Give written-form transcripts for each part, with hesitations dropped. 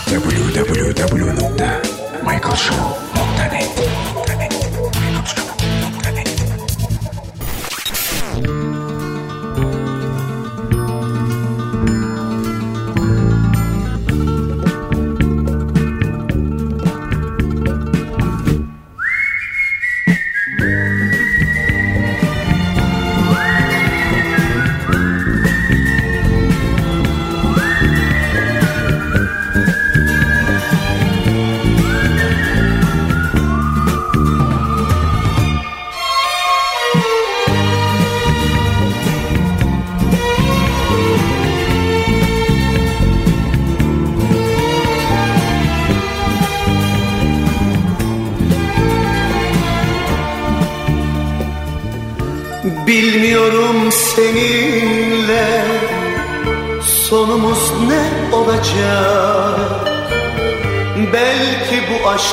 www.michaelshow.net. Bilmiyorum seninle sonumuz ne olacak. Belki bu aşk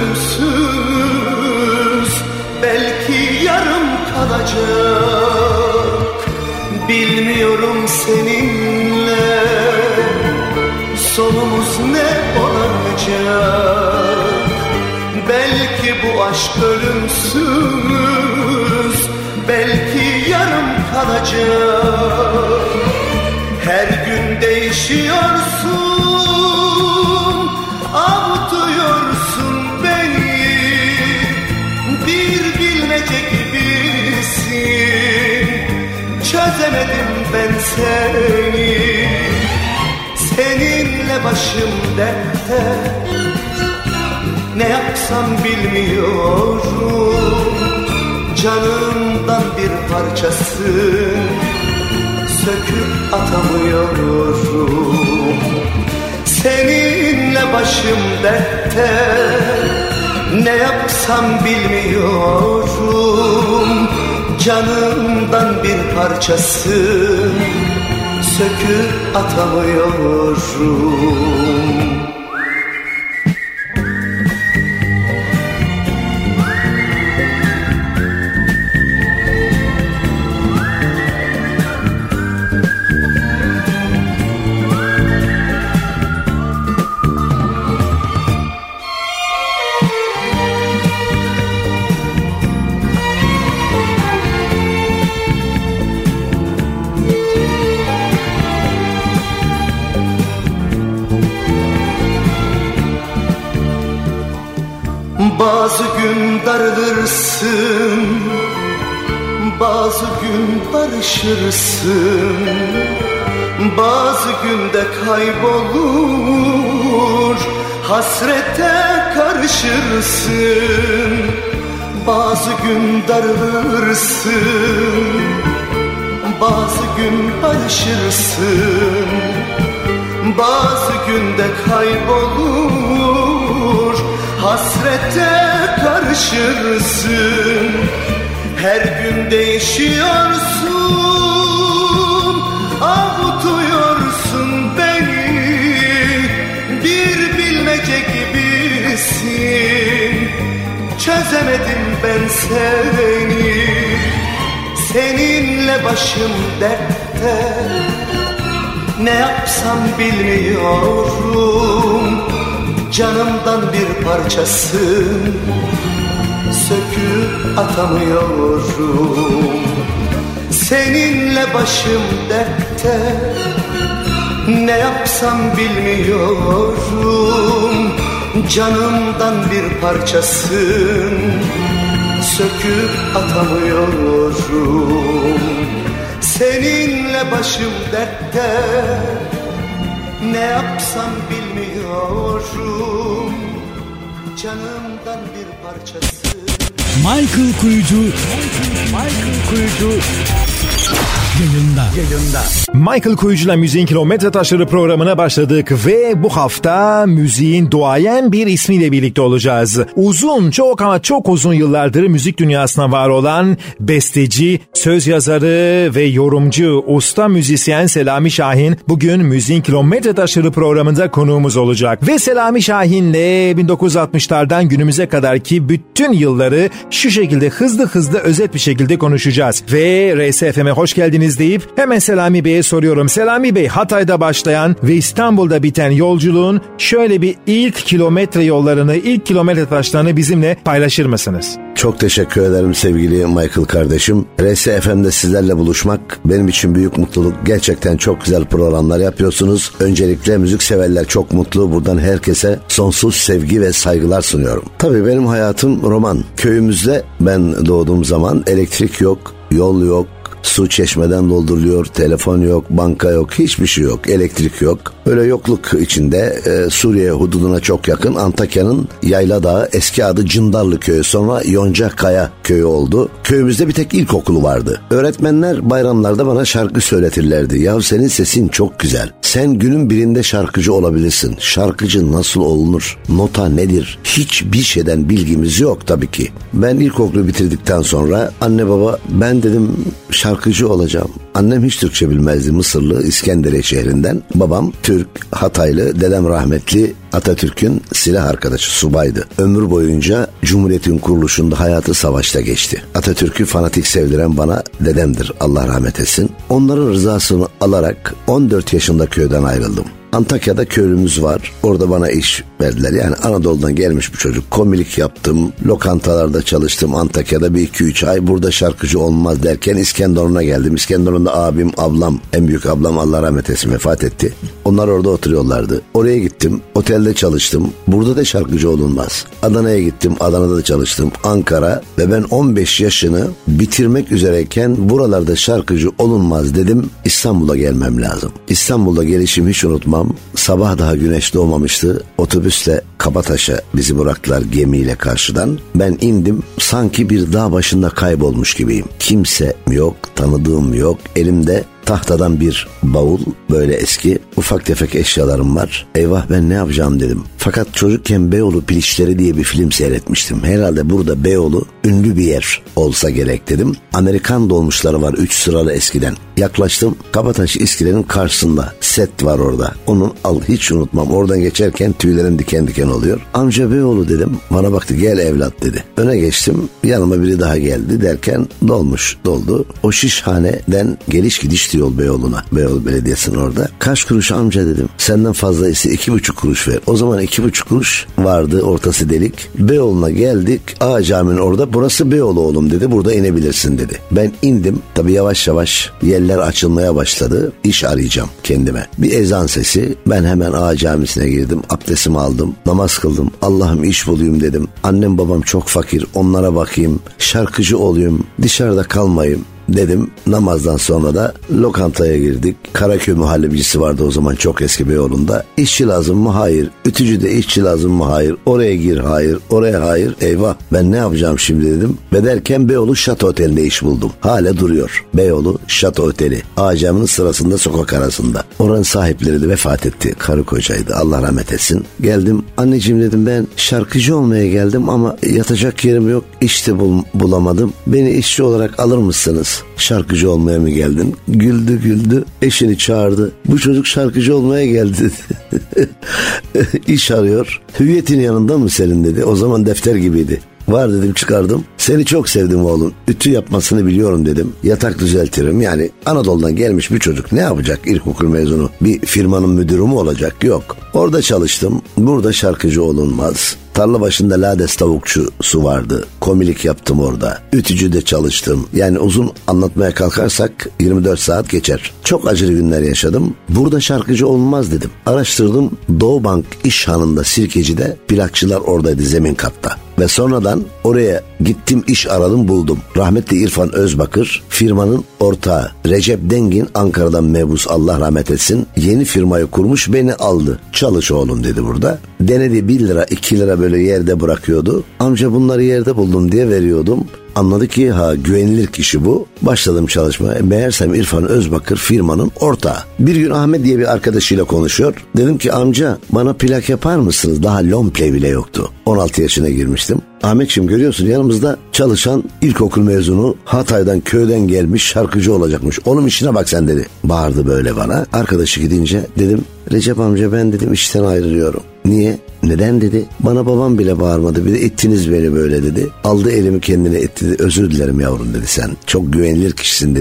ölümsüz, belki yarım kalacak. Bilmiyorum seninle sonumuz ne olacak. Belki bu aşk ölümsüz, belki yarım kalacak. Her gün değişiyorsun, avutuyorsun beni. Bir bilmece gibisin, çözemedim ben seni. Seninle başım dertte, ne yapsam bilmiyorum. Canımdan bir parçasın, söküp atamıyorum. Seninle başım dertte, ne yapsam bilmiyorum. Canımdan bir parçasın, söküp atamıyorum. Bazı gün darılırsın, bazı gün barışırsın. Bazı günde kaybolur, hasrete karışırsın. Bazı gün darılırsın, bazı gün barışırsın. Bazı günde kaybolur, hasrete karışırsın. Her gün değişiyorsun, avutuyorsun beni. Bir bilmece gibisin, çözemedim ben seni. Seninle başım dertte, ne yapsam bilmiyorum. Canımdan bir parçasın, söküp atamıyorum. Seninle başım dertte, ne yapsam bilmiyorum. Canımdan bir parçasın, söküp atamıyorum. Seninle başım dertte, ne yapsam bilmiyorum. Canımdan bir parçası. Michael Kuyucu yayında. Michael Kuyucu'la Müziğin Kilometre Taşları programına başladık ve bu hafta müziğin duayen bir ismiyle birlikte olacağız. Çok uzun yıllardır müzik dünyasına var olan besteci, söz yazarı ve yorumcu, usta müzisyen Selami Şahin bugün Müziğin Kilometre Taşları programında konuğumuz olacak. Ve Selami Şahin'le 1960'lardan günümüze kadarki bütün yılları şu şekilde hızlı özet bir şekilde konuşacağız. Ve RSFM programına hoş geldiniz deyip hemen Selami Bey'e soruyorum. Selami Bey, Hatay'da başlayan ve İstanbul'da biten yolculuğun şöyle bir ilk kilometre yollarını, ilk kilometre taşlarını bizimle paylaşır mısınız? Çok teşekkür ederim sevgili Michael kardeşim. RSFM'de sizlerle buluşmak benim için büyük mutluluk. Gerçekten çok güzel programlar yapıyorsunuz. Öncelikle müzik severler çok mutlu. Buradan herkese sonsuz sevgi ve saygılar sunuyorum. Tabii benim hayatım roman. Köyümüzde ben doğduğum zaman elektrik yok, yol yok. Su çeşmeden dolduruluyor, telefon yok, banka yok, hiçbir şey yok, elektrik yok. Böyle yokluk içinde Suriye hududuna çok yakın Antakya'nın Yayladağ, eski adı Cındarlı köyü, sonra Yoncakaya köyü oldu. Köyümüzde bir tek ilkokulu vardı. Öğretmenler bayramlarda bana şarkı söyletirlerdi. Ya senin sesin çok güzel. Sen günün birinde şarkıcı olabilirsin. Şarkıcı nasıl olunur? Nota nedir? Hiçbir şeyden bilgimiz yok tabii ki. Ben ilkokulu bitirdikten sonra anne baba ben dedim şarkıcı olacağım. Annem hiç Türkçe bilmezdi. Mısırlı, İskenderiye şehrinden. Babam Türk, Hataylı, dedem rahmetli Atatürk'ün silah arkadaşı, subaydı. Ömür boyunca Cumhuriyet'in kuruluşunda hayatı savaşta geçti. Atatürk'ü fanatik sevdiren bana dedemdir, Allah rahmet etsin. Onların rızasını alarak 14 yaşında köyden ayrıldım. Antakya'da köylümüz var. Orada bana iş verdiler. Yani Anadolu'dan gelmiş bir çocuk. Komilik yaptım. Lokantalarda çalıştım. Antakya'da bir 2-3 ay. Burada şarkıcı olmaz derken İskenderun'a geldim. İskenderun'da abim, ablam, en büyük ablam Allah rahmet etsin vefat etti. Onlar orada oturuyorlardı. Oraya gittim. Otelde çalıştım. Burada da şarkıcı olunmaz. Adana'ya gittim. Adana'da da çalıştım. Ankara ve ben 15 yaşını bitirmek üzereyken buralarda şarkıcı olunmaz dedim. İstanbul'a gelmem lazım. İstanbul'da gelişim hiç unutmam. Sabah daha güneş doğmamıştı. Otobüsle Kabataş'a bizi bıraktılar gemiyle karşıdan. Ben indim. Sanki bir dağ başında kaybolmuş gibiyim. Kimse yok, tanıdığım yok. Elimde tahtadan bir bavul, böyle eski, ufak tefek eşyalarım var. Eyvah ben ne yapacağım dedim. Fakat çocukken Beyoğlu Piliçleri diye bir film seyretmiştim. Herhalde burada Beyoğlu ünlü bir yer olsa gerek dedim. Amerikan dolmuşları var 3 sıralı eskiden. Yaklaştım. Kabataş İskele'nin karşısında set var orada. Onun hiç unutmam. Oradan geçerken tüylerim diken diken oluyor. Amca Beyoğlu dedim. Bana baktı, gel evlat dedi. Öne geçtim. Yanıma biri daha geldi derken dolmuş doldu. O Şişhane'den geliş gidiş yol Beyoğlu'na. Beyoğlu Belediyesi'nin orada. Kaç kuruş amca dedim. Senden fazla ise 2,5 kuruş ver. O zaman 2,5 kuruş vardı, ortası delik. Beyoğlu'na geldik. Ağa Cami'nin orada. Burası Beyoğlu oğlum dedi. Burada inebilirsin dedi. Ben indim. Tabii yavaş yavaş yerler açılmaya başladı. İş arayacağım kendime. Bir ezan sesi. Ben hemen Ağa Camisi'ne girdim. Abdestimi aldım. Namaz kıldım. Allah'ım iş bulayım dedim. Annem babam çok fakir. Onlara bakayım. Şarkıcı olayım. Dışarıda kalmayayım dedim. Namazdan sonra da lokantaya girdik. Karaköy muhallebicisi vardı o zaman, çok eski Beyoğlu'nda. İşçi lazım mı? Hayır. Ütücüde işçi lazım mı? Hayır. Oraya gir? Hayır. Oraya hayır. Eyvah ben ne yapacağım şimdi dedim. Ve derken Beyoğlu Şato Oteli'nde iş buldum. Hala duruyor. Beyoğlu Şato Oteli. Ağacamının sırasında, sokak arasında. Oranın sahipleri de vefat etti. Karı kocaydı. Allah rahmet etsin. Geldim. Anneciğim dedim, ben şarkıcı olmaya geldim ama yatacak yerim yok. İş de bulamadım. Beni işçi olarak alır mısınız? Şarkıcı olmaya mı geldin? Güldü. Eşini çağırdı. Bu çocuk şarkıcı olmaya geldi. İş arıyor. Hüviyetin yanında mı senin dedi. O zaman defter gibiydi. Var dedim, çıkardım. Seni çok sevdim oğlum. Ütü yapmasını biliyorum dedim. Yatak düzeltirim. Yani Anadolu'dan gelmiş bir çocuk ne yapacak? İlkokul mezunu. Bir firmanın müdürü mü olacak? Yok. Orada çalıştım. Burada şarkıcı olunmaz. Tarla başında lades tavukçusu vardı. Komilik yaptım orada. Ütücüde çalıştım. Yani uzun anlatmaya kalkarsak 24 saat geçer. Çok acılı günler yaşadım. Burada şarkıcı olmaz dedim. Araştırdım. Doğu Bank İş Hanı'nda, Sirkeci'de plakçılar oradaydı, zemin katta. Ve sonradan oraya gittim, iş aradım, buldum. Rahmetli İrfan Özbakır firmanın ortağı. Recep Dengin Ankara'dan mebus, Allah rahmet etsin. Yeni firmayı kurmuş, beni aldı. Çalış oğlum dedi burada. Denedi 1 lira 2 lira böyle yerde bırakıyordu. Amca bunları yerde buldum diye veriyordum. Anladı ki güvenilir kişi bu. Başladım çalışmaya. Meğersem İrfan Özbakır firmanın ortağı. Bir gün Ahmet diye bir arkadaşıyla konuşuyor. Dedim ki amca bana plak yapar mısınız? Daha long play bile yoktu. 16 yaşına girmiştim. Ahmetciğim görüyorsun yanımızda çalışan ilkokul mezunu, Hatay'dan köyden gelmiş şarkıcı olacakmış. Onun işine bak sen dedi. Bağırdı böyle bana. Arkadaşı gidince dedim Recep amca ben dedim işten ayrılıyorum. Niye? Neden dedi. Bana babam bile bağırmadı. Bir de ettiniz beni böyle dedi. Aldı elimi kendine etti dedi. Özür dilerim yavrum dedi, sen çok güvenilir kişisin dedi.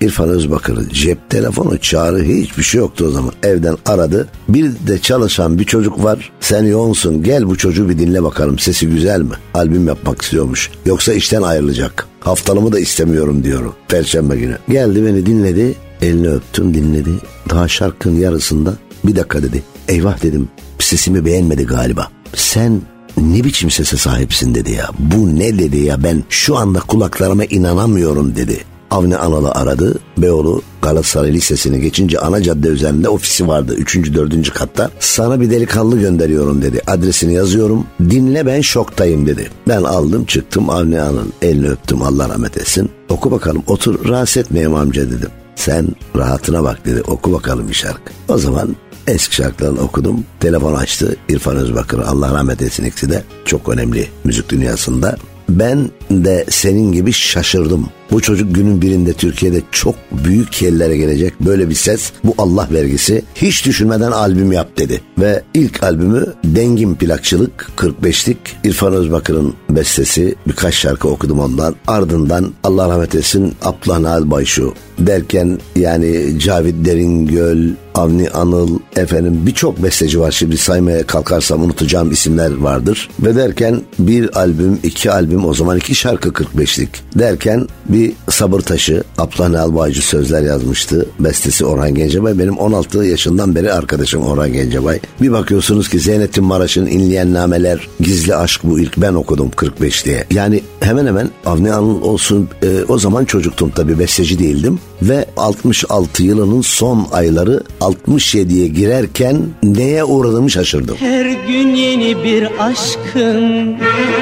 İrfan Özbakır'ı. Cep telefonu, çağrı, hiçbir şey yoktu o zaman. Evden aradı. Bir de çalışan bir çocuk var. Sen yoğunsun, gel bu çocuğu bir dinle bakalım, sesi güzel mi? Albüm yapmak istiyormuş. Yoksa işten ayrılacak. Haftalımı da istemiyorum diyorum. Perşembe günü. Geldi, beni dinledi. Elini öptüm, dinledi. Daha şarkının yarısında bir dakika dedi. Eyvah dedim, sesimi beğenmedi galiba. Sen ne biçim sese sahipsin dedi ya. Bu ne dedi ya, ben şu anda kulaklarıma inanamıyorum dedi. Avni Anal'ı aradı. Beyoğlu Galatasaray Lisesi'ne geçince ana cadde üzerinde ofisi vardı. 3. 4. katta. Sana bir delikanlı gönderiyorum dedi. Adresini yazıyorum. Dinle, ben şoktayım dedi. Ben aldım çıktım. Avni Anal'ın elini öptüm, Allah rahmet etsin. Oku bakalım, otur, rahatsız etmeyeyim amca dedim. Sen rahatına bak dedi. Oku bakalım bir şarkı. O zaman eski şarkılarını okudum. Telefon açtı. İrfan Özbakır, Allah rahmet etsin, ikisi de çok önemli müzik dünyasında. Ben de senin gibi şaşırdım. Bu çocuk günün birinde Türkiye'de çok büyük yerlere gelecek. Böyle bir ses, bu Allah vergisi. Hiç düşünmeden albüm yap dedi. Ve ilk albümü Dengin Plakçılık 45'lik, İrfan Özbakır'ın bestesi. Birkaç şarkı okudum ondan. Ardından Allah rahmet etsin Abdullah Nail Bayşu derken, yani Cavit Deringöl, Avni Anıl, birçok besteci var. Şimdi saymaya kalkarsam unutacağım isimler vardır. Ve derken bir albüm, 2 albüm, o zaman 2 şarkı 45'lik derken bir Sabır Taşı, Abdullah Nail Baycı sözler yazmıştı. Bestesi Orhan Gencebay. Benim 16 yaşından beri arkadaşım Orhan Gencebay. Bir bakıyorsunuz ki Zeynettin Maraş'ın İnleyen Nameler, Gizli Aşk, bu ilk ben okudum 45 diye. Yani hemen hemen Avni Anıl olsun, o zaman çocuktum tabii, besteci değildim. Ve 66 yılının son ayları 67'ye girerken neye uğradığımı şaşırdım. Her gün yeni bir aşkın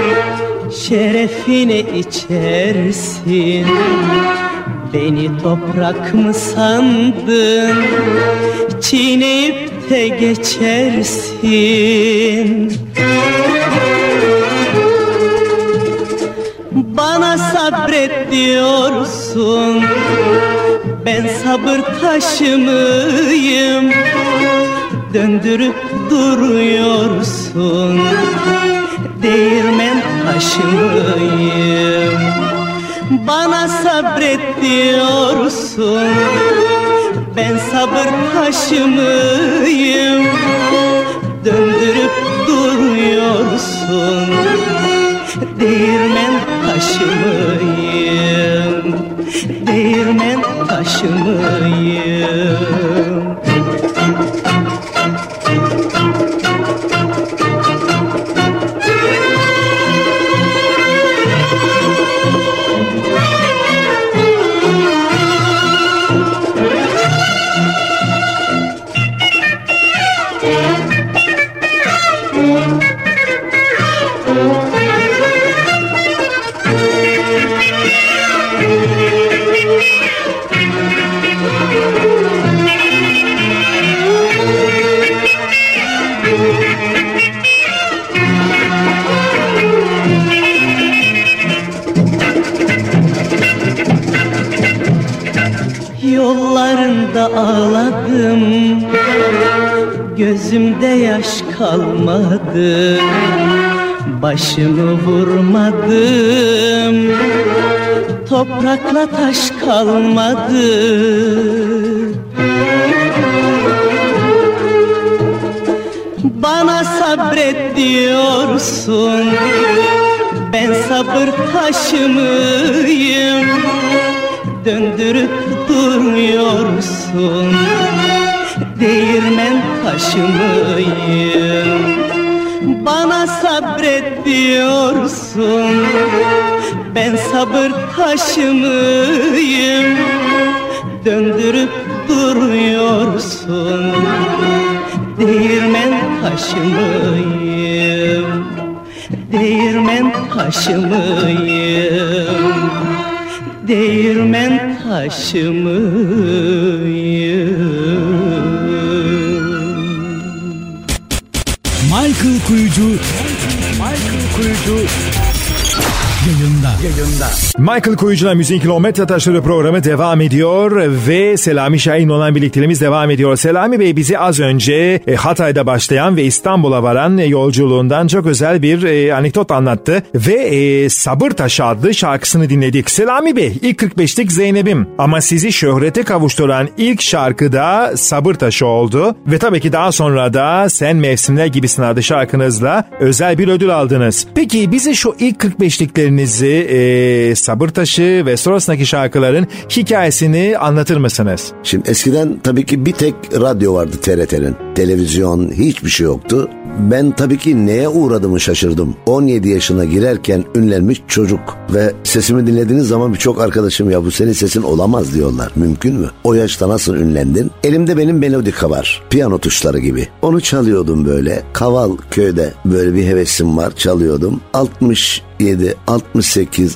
şerefine içersin. Beni toprak mı sandın, çiğneyip de geçersin. Bana sabret diyorsun, ben sabır taşı mıyım? Döndürüp duruyorsun, değirmen taşı mıyım? Bana sabret diyorsun, ben sabır taşı mıyım? Döndürüp duruyorsun, değirmen taşı mıyım? Değirmen taşı mıyım? Yollarında ağladım, gözümde yaş kalmadı. Başımı vurmadım, toprakla taş kalmadı. Bana sabret diyorsun, ben sabır taşı mıyım? Döndürüp duruyorsun, değirmen taşı mıyım? Bana sabret diyorsun, ben sabır taşı mıyım? Döndürüp duruyorsun, değirmen taşı mıyım? Değirmen taşı mıyım? Değirmen taşı mıyım? Michael Kuyucu Yayında. Michael Koyucu'la Müziğin Kilometre Taşları programı devam ediyor ve Selami Şahin olan birlikteliğimiz devam ediyor. Selami Bey bizi az önce Hatay'da başlayan ve İstanbul'a varan yolculuğundan çok özel bir anekdot anlattı ve Sabır Taşı adlı şarkısını dinledik. Selami Bey, ilk 45'lik Zeynep'im ama sizi şöhrete kavuşturan ilk şarkı da Sabır Taşı oldu ve tabii ki daha sonra da Sen Mevsimler Gibisin adlı şarkınızla özel bir ödül aldınız. Peki bize şu ilk 45'liklerinizi, Sabır Taşı ve sonrasındaki şarkıların hikayesini anlatır mısınız? Şimdi eskiden tabii ki bir tek radyo vardı TRT'nin. Televizyon, hiçbir şey yoktu. Ben tabii ki neye uğradığımı şaşırdım. 17 yaşına girerken ünlenmiş çocuk ve sesimi dinlediğiniz zaman birçok arkadaşım ya bu senin sesin olamaz diyorlar. Mümkün mü? O yaşta nasıl ünlendin? Elimde benim melodika var. Piyano tuşları gibi. Onu çalıyordum böyle. Kaval köyde böyle bir hevesim var. Çalıyordum. 67, 68,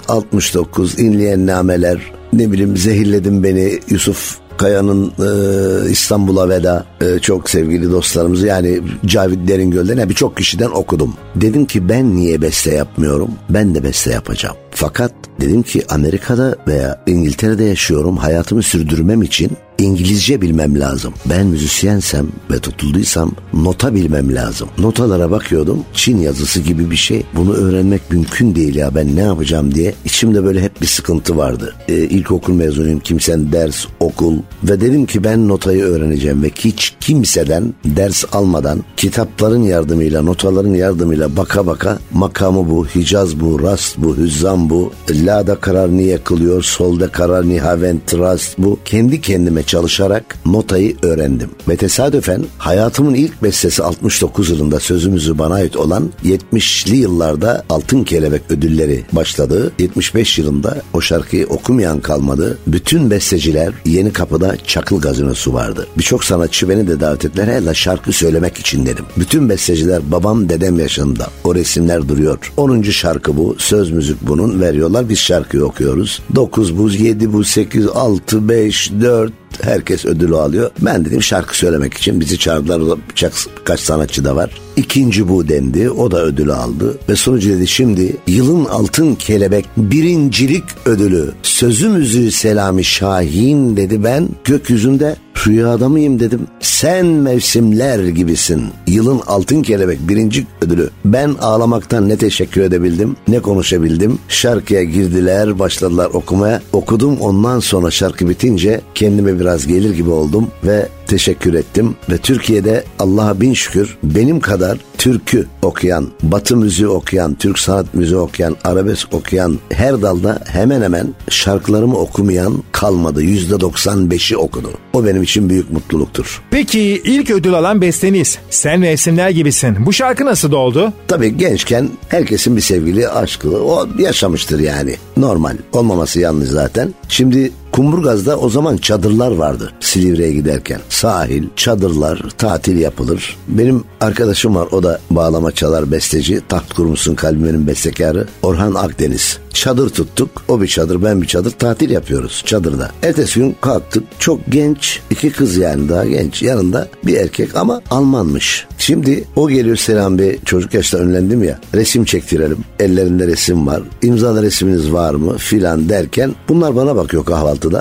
69 inleyen nameler, ne bileyim Zehirledin Beni, Yusuf Kaya'nın İstanbul'a Veda, çok sevgili dostlarımızı yani Cavit Deringöl'den birçok kişiden okudum. Dedim ki ben niye beste yapmıyorum? Ben de beste yapacağım. Fakat dedim ki Amerika'da veya İngiltere'de yaşıyorum. Hayatımı sürdürmem için İngilizce bilmem lazım. Ben müzisyensem ve tutulduysam nota bilmem lazım. Notalara bakıyordum. Çin yazısı gibi bir şey. Bunu öğrenmek mümkün değil ya, ben ne yapacağım diye. İçimde böyle hep bir sıkıntı vardı. İlkokul mezunuyum. Kimsen ders, okul ve dedim ki ben notayı öğreneceğim ve hiç kimseden ders almadan kitapların yardımıyla, notaların yardımıyla baka baka makamı bu, Hicaz bu, rast bu, hüzzam bu, la'da karar niye kılıyor, solda karar nihavent rast bu. Kendi kendime çalışarak notayı öğrendim. Ve tesadüfen hayatımın ilk bestesi 69 yılında sözümüzü bana ait olan 70'li yıllarda Altın Kelebek ödülleri başladı. 75 yılında o şarkıyı okumayan kalmadı. Bütün besteciler Yenikapı'da Çakıl Gazinosu vardı. Birçok sanatçı beni de davet ettiler. Hele şarkı söylemek için dedim. Bütün besteciler babam dedem yaşında. O resimler duruyor. 10. şarkı bu. Söz müzik bunun. Veriyorlar. Biz şarkıyı okuyoruz. 9 bu, 7 bu, 8, 6, 5, 4 herkes ödülü alıyor. Ben dedim şarkı söylemek için bizi çağırdılar. Kaç sanatçı da var. 2. bu dendi. O da ödülü aldı. Ve sonucu dedi şimdi yılın Altın Kelebek birincilik ödülü. Sözü müziği Selami Şahin dedi, ben gökyüzünde rüyada mıyım dedim. Sen Mevsimler Gibisin. Yılın Altın Kelebek birinci ödülü. Ben ağlamaktan ne teşekkür edebildim ne konuşabildim. Şarkıya girdiler, başladılar okumaya. Okudum, ondan sonra şarkı bitince kendime biraz gelir gibi oldum ve teşekkür ettim. Ve Türkiye'de Allah'a bin şükür benim kadar türkü okuyan, batı müziği okuyan, Türk sanat müziği okuyan, arabesk okuyan, her dalda hemen hemen şarkılarımı okumayan kalmadı. %95'i okudu. O benim için büyük mutluluktur. Peki ilk ödül alan besteniz Sen Mevsimler Gibisin. Bu şarkı nasıl oldu? Tabii gençken herkesin bir sevgili aşkı o yaşamıştır yani. Normal. Olmaması yanlış zaten. Şimdi Kumburgaz'da o zaman çadırlar vardı Silivri'ye giderken. Sahil, çadırlar, tatil yapılır. Benim arkadaşım var, o da bağlama çalar, besteci. Taht Kurmuşsun Kalbimin bestekarı Orhan Akdeniz. Çadır tuttuk. O bir çadır, ben bir çadır, tatil yapıyoruz çadırda. Ertesi gün kalktık. Çok genç, 2 kız yani daha genç. Yanında bir erkek ama Almanmış. Şimdi o geliyor, Selam Bey çocuk yaşta önlendim ya, resim çektirelim. Ellerinde resim var. İmzalı resminiz var mı filan derken bunlar bana bakıyor kahvaltıda.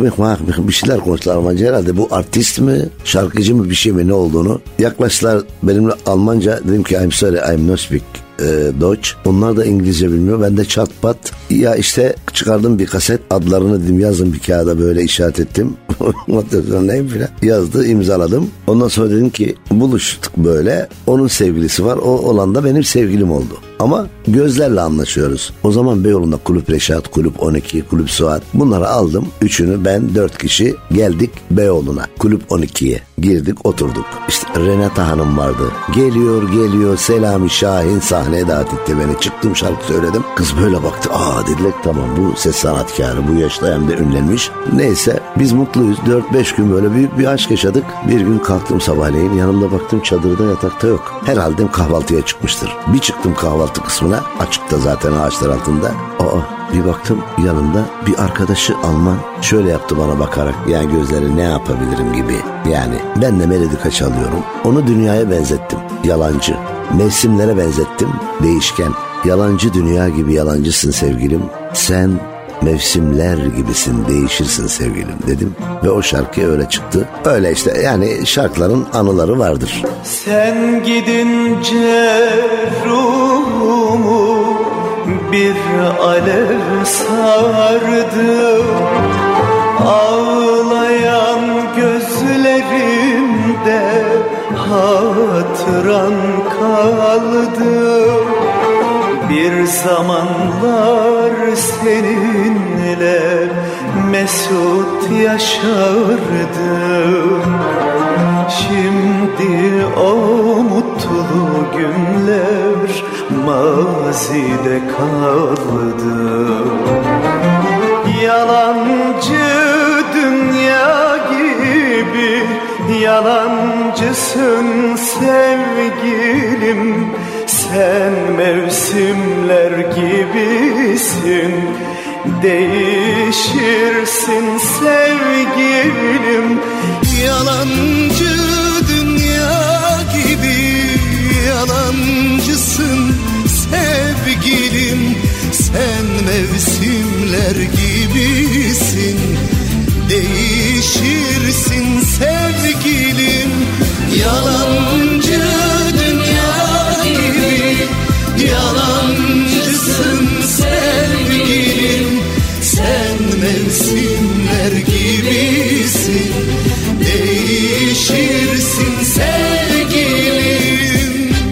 Bir şeyler konuştular Almanca, herhalde bu artist mi, şarkıcı mı, bir şey mi, ne olduğunu. Yaklaştılar benimle Almanca, dedim ki I'm sorry I'm not speak Deutsch. Onlar da İngilizce bilmiyor. Ben de çat pat ya işte çıkardım bir kaset, adlarını dedim yazdım bir kağıda, böyle işaret ettim. Neyim filan yazdı, imzaladım. Ondan sonra dedim ki buluştuk böyle. Onun sevgilisi var, o olan da benim sevgilim oldu. Ama gözlerle anlaşıyoruz. O zaman Beyoğlu'nda Kulüp Reşat, Kulüp 12, Kulüp Suat, bunları aldım. 3'ünü ben 4 kişi geldik Beyoğlu'na. Kulüp 12'ye girdik, oturduk. İşte Renata Hanım vardı. Geliyor Selami Şahin sahneye davet etti beni. Çıktım, şarkı söyledim. Kız böyle baktı. Dediler tamam, bu ses sanatkarı, bu yaşta hem de ünlenmiş. Neyse biz mutluyuz. 4-5 gün böyle büyük bir aşk yaşadık. Bir gün kalktım sabahleyin, yanımda baktım çadırda, yatakta yok. Herhalde kahvaltıya çıkmıştır. Bir çıktım kahvaltı kısmına, açıkta zaten ağaçlar altında. Bir baktım yanında bir arkadaşı Alman, şöyle yaptı bana bakarak, yani gözleri ne yapabilirim gibi. Yani ben de melodika çalıyorum. Onu dünyaya benzettim, yalancı. Mevsimlere benzettim, değişken. Yalancı dünya gibi yalancısın sevgilim. Sen mevsimler gibisin, değişirsin sevgilim dedim. Ve o şarkı öyle çıktı. Öyle işte, yani şarkıların anıları vardır. Sen gidince ruhumu bir alev sardı. Ağlayan gözlerimde hatıran kaldı. Bir zamanlar seninle mesut yaşardım. Şimdi o mutlu günler mazide kaldı. Yalancı dünya gibi yalancısın sevgilim. Sen mevsimler gibisin, değişirsin sevgilim. Yalancı dünya gibi yalancısın sevgilim. Sen mevsimler gibisin, değişirsin sevgilim. Yalancı dünya gibi yalancısın sevgilim. Sen mevsimler gibisin, değişirsin sevgilim.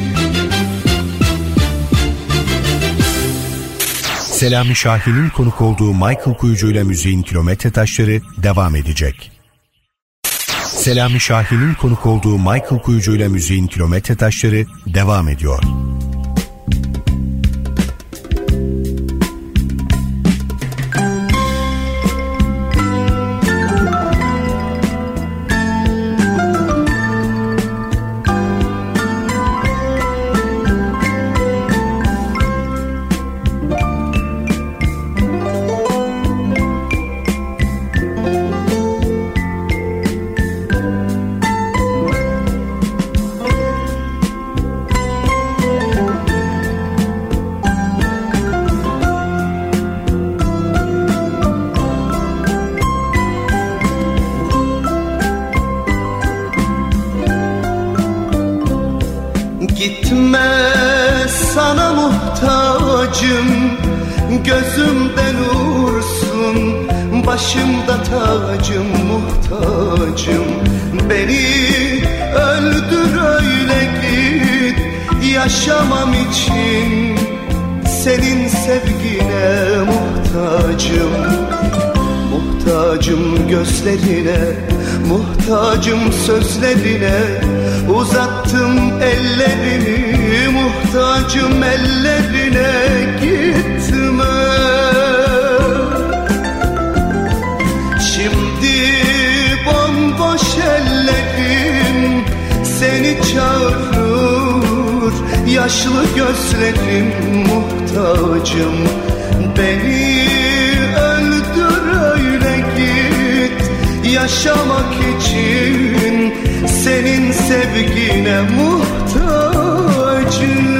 Selami Şahin'in konuk olduğu Michael Kuyucu ile müziğin kilometre taşları devam edecek. Selami Şahin'in konuk olduğu Michael Kuyucu ile müziğin kilometre taşları devam ediyor. Gözümden uğursun, başımda tacım, muhtacım. Beni öldür öyle git, yaşamam için senin sevgine muhtacım. Muhtacım gözlerine, muhtacım sözlerine. Uzattım ellerimi, muhtacım ellerine. Gitme. Şimdi bomboş ellerim seni çağırır. Yaşlı gözlerim muhtacım. Beni öldür öyle git, yaşamak için senin sevgine muhtacım.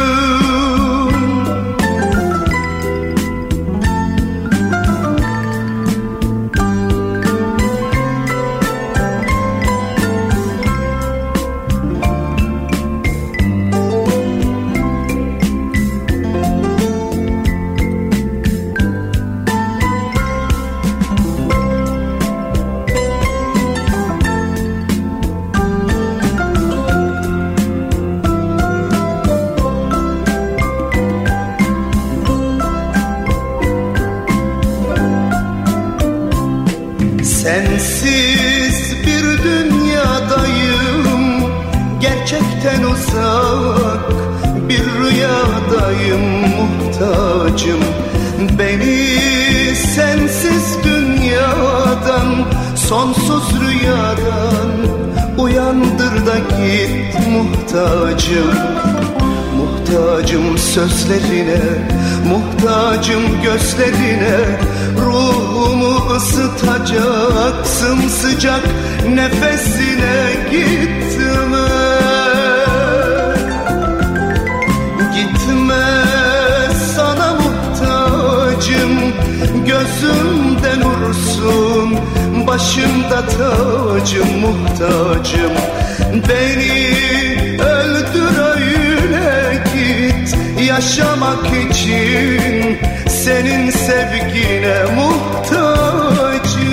Sensiz bir dünyadayım, gerçekten uzak bir rüyadayım muhtacım. Beni sensiz dünyadan, sonsuz rüyadan uyandır da git muhtacım. Muhtacım sözlerine, muhtacım gözlerine. Ruhumu ısıtacak sımsıcak nefesine. Gitme, gitme başımda tacım, muhtacım. Beni öldür öyle git, yaşamak için senin sevgine muhtacım.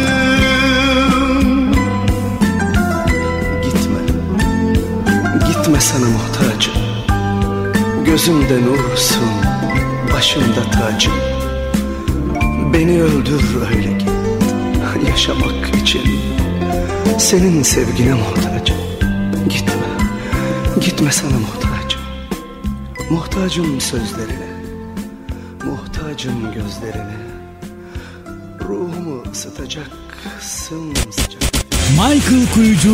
Gitme, gitme sana muhtacım. Gözümde nursun, başımda tacım. Beni öldür öyle git, yaşamak için senin sevgine muhtacım. Gitme, gitme sana muhtacım. Muhtacım sözlerine, muhtacım gözlerine. Ruhumu ısıtacak sımsıcak. Michael Kuyucu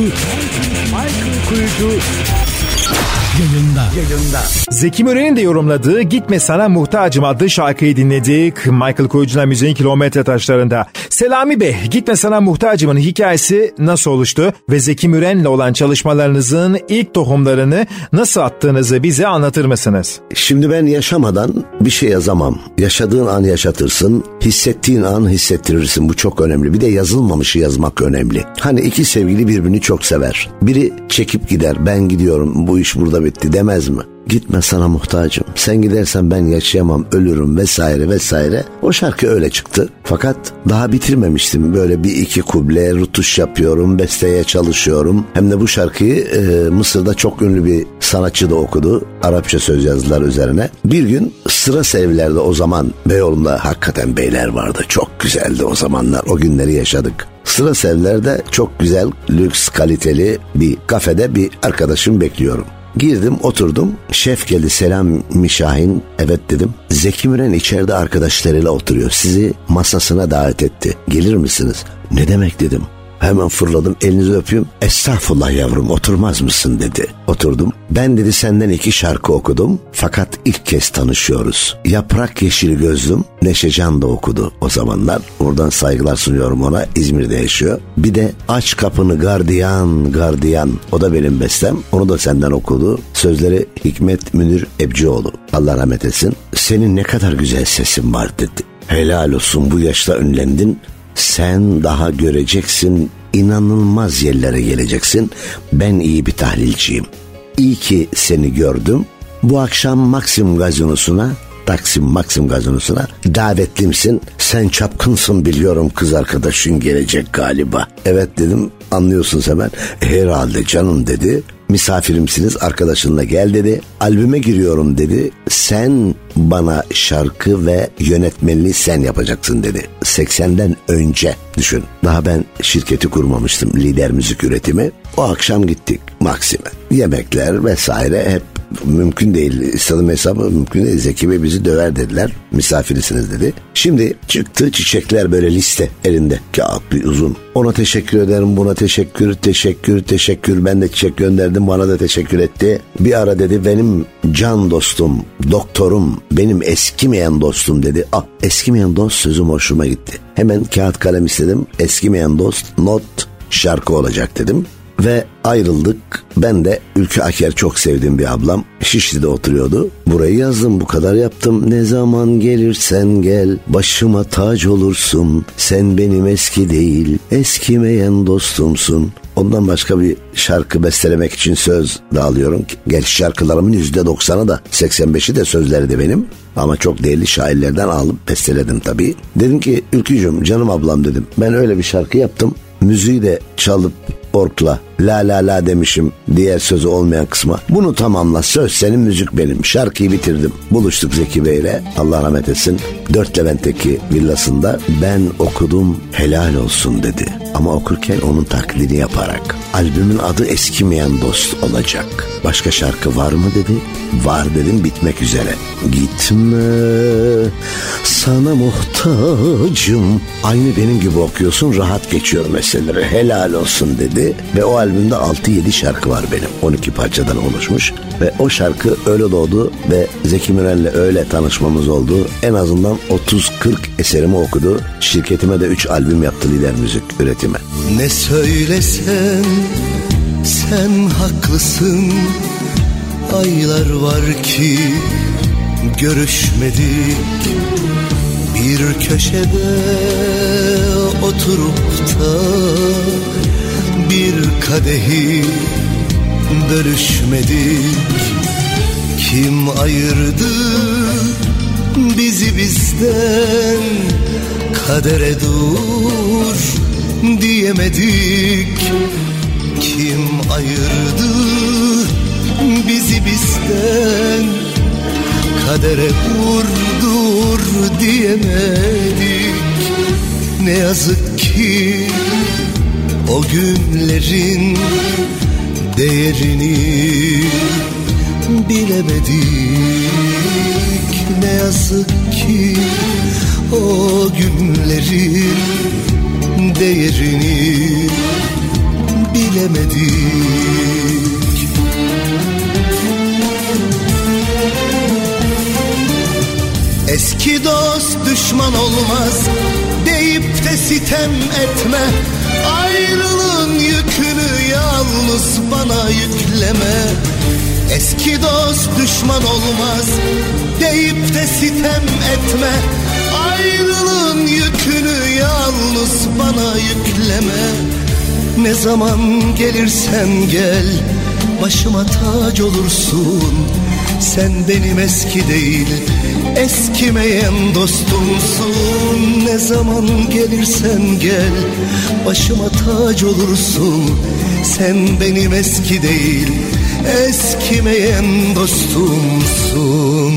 yayında. Zeki Müren'in de yorumladığı Gitme Sana Muhtacım adlı şarkıyı dinledik. Michael Kuyucu'na müziğin kilometre taşlarında. Selami Bey, Gitme Sana Muhtacım'ın hikayesi nasıl oluştu ve Zeki Müren'le olan çalışmalarınızın ilk tohumlarını nasıl attığınızı bize anlatır mısınız? Şimdi ben yaşamadan bir şey yazamam. Yaşadığın an yaşatırsın, hissettiğin an hissettirirsin. Bu çok önemli. Bir de yazılmamışı yazmak önemli. Hani iki sevgili birbirini çok sever. Biri çekip gider, ben gidiyorum, bu iş burada bitti demez mi? Gitme sana muhtacım, sen gidersen ben yaşayamam, ölürüm vesaire vesaire. O şarkı öyle çıktı. Fakat daha bitirmemiştim. Böyle bir iki kuble rutuş yapıyorum, besteye çalışıyorum. Hem de bu şarkıyı Mısır'da çok ünlü bir sanatçı da okudu. Arapça söz yazdılar üzerine. Bir gün sırası evlerde, o zaman Beyoğlu'nda hakikaten beyler vardı. Çok güzeldi o zamanlar, o günleri yaşadık. Sırası evlerde çok güzel, lüks, kaliteli bir kafede bir arkadaşım bekliyorum. Girdim, oturdum. Şef geldi, Selami Şahin. Evet dedim. Zeki Müren içeride arkadaşlarıyla oturuyor. Sizi masasına davet etti. Gelir misiniz? Ne demek dedim. Hemen fırladım, elinizi öpeyim. Estağfurullah yavrum, oturmaz mısın dedi. Oturdum. Ben dedi senden 2 şarkı okudum. Fakat ilk kez tanışıyoruz. Yaprak Yeşili Gözlüm, Neşecan da okudu o zamanlar. Oradan saygılar sunuyorum ona. İzmir'de yaşıyor. Bir de Aç Kapını Gardiyan Gardiyan. O da benim bestem. Onu da senden okudu. Sözleri Hikmet Münir Ebcioğlu. Allah rahmet etsin. Senin ne kadar güzel sesin var dedi. Helal olsun, bu yaşta ünlendin. Sen daha göreceksin, inanılmaz yerlere geleceksin. Ben iyi bir tahlilciyim. İyi ki seni gördüm. Bu akşam Maxim Gazinosu'na, Taksim Maxim Gazinosu'na davetlimsin. Sen çapkınsın biliyorum, kız arkadaşın gelecek galiba. Evet dedim, anlıyorsun hemen. Herhalde canım dedi. Misafirimsiniz, arkadaşınla gel dedi. Albüme giriyorum dedi. Sen bana şarkı ve yönetmenliği sen yapacaksın dedi. 80'den önce düşün. Daha ben şirketi kurmamıştım, Lider Müzik Üretimi. O akşam gittik Maxim'e. Yemekler vesaire hep mümkün değil. İstediğim hesabı mümkün değil. Zeki Bey bizi döver dediler. Misafirisiniz dedi. Şimdi çıktı çiçekler böyle liste elinde. Kağıt bir uzun. Ona teşekkür ederim, buna teşekkür. Ben de çiçek gönderdim, bana da teşekkür etti. Bir ara dedi benim can dostum, doktorum, benim eskimeyen dostum dedi. Eskimeyen dost sözüm hoşuma gitti. Hemen kağıt kalem istedim. Eskimeyen dost, not, şarkı olacak dedim. Ve ayrıldık. Ben de Ülkü Aker çok sevdiğim bir ablam. Şişli'de oturuyordu. Burayı yazdım, bu kadar yaptım. Ne zaman gelirsen gel, başıma tac olursun. Sen benim eski değil, eskimeyen dostumsun. Ondan başka bir şarkı bestelemek için söz dağılıyorum. Gerçi şarkılarımın %90'ı da 85'i de sözleri de benim. Ama çok değerli şairlerden alıp besteledim tabii. Dedim ki Ülkücüğüm, canım ablam dedim. Ben öyle bir şarkı yaptım. Müziği de çalıp orkla la la la demişim diğer sözü olmayan kısma. Bunu tamamla, söz senin, müzik benim. Şarkıyı bitirdim. Buluştuk Zeki Bey'le, Allah rahmet etsin. 4 Levent'teki villasında. Ben okudum, helal olsun dedi. Ama okurken onun taklidini yaparak. Albümün adı Eskimeyen Dost olacak. Başka şarkı var mı dedi. Var dedim, bitmek üzere. Gitme sana muhtacım. Aynı benim gibi okuyorsun, rahat geçiyor meseleleri. Helal olsun dedi. Ve o albümde 6-7 şarkı var benim. 12 parçadan oluşmuş. Ve o şarkı öyle doğdu ve Zeki Müren'le öyle tanışmamız oldu. En azından 30-40 eserimi okudu. Şirketime de 3 albüm yaptı, Lider Müzik Üretimi. Ne söylesen sen haklısın. Aylar var ki görüşmedik. Bir köşede oturup da bir kadehi bölüşmedik. Kim ayırdı bizi bizden, kadere dur diyemedik. Kim ayırdı bizi bizden, kadere dur diyemedik. Ne yazık ki o günlerin değerini bilemedik. Ne yazık ki o günlerin değerini bilemedik. Eski dost düşman olmaz deyip de sitem etme. Ayrılığın yükünü yalnız bana yükleme. Eski dost düşman olmaz deyip de sitem etme. Ayrılığın yükünü yalnız bana yükleme. Ne zaman gelirsen gel, başıma tac olursun. Sen benim eski değil, eskimeyen dostumsun. Ne zaman gelirsen gel, başıma tac olursun. Sen benim eski değil, eskimeyen dostumsun.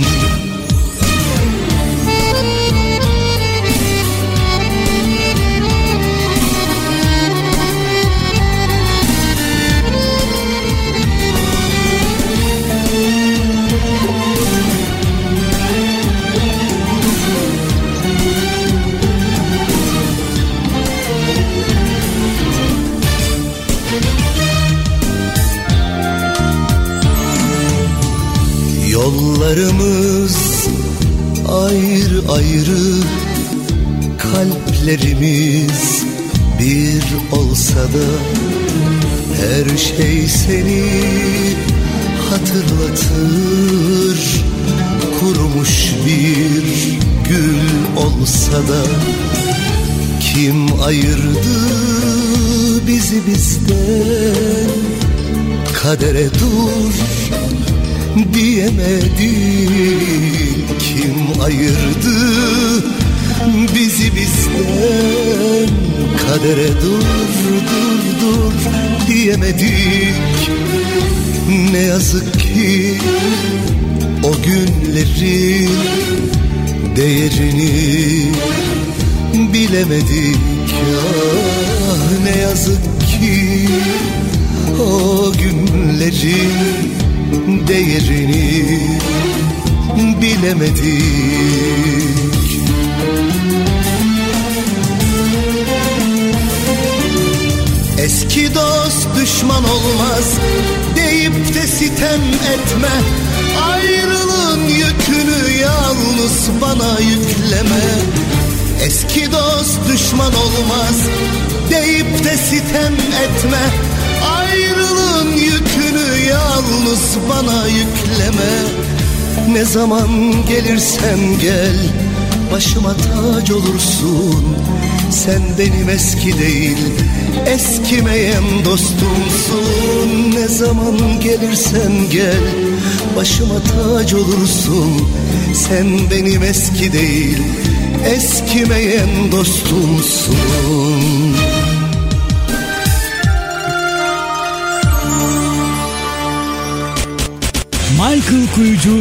Yollarımız ayrı ayrı, kalplerimiz bir olsa da her şey seni hatırlatır. Kurumuş bir gül olsa da kim ayırdı bizi bizden, kadere dur diyemedik. Kim ayırdı bizi bizden, kadere dur diyemedik. Ne yazık ki o günlerin değerini bilemedik. Ah, ne yazık ki o günlerin değerini bilemedik. Eski dost düşman olmaz deyip de sitem etme. Ayrılığın yükünü yalnız bana yükleme. Eski dost düşman olmaz deyip de sitem etme. Ayrılığın yükünü yalnız bana yükleme. Ne zaman gelirsen gel, başıma tac olursun. Sen benim eski değil, eskimeyen dostumsun. Ne zaman gelirsen gel, başıma tac olursun. Sen benim eski değil, eskimeyen dostumsun. Michael Kuyucu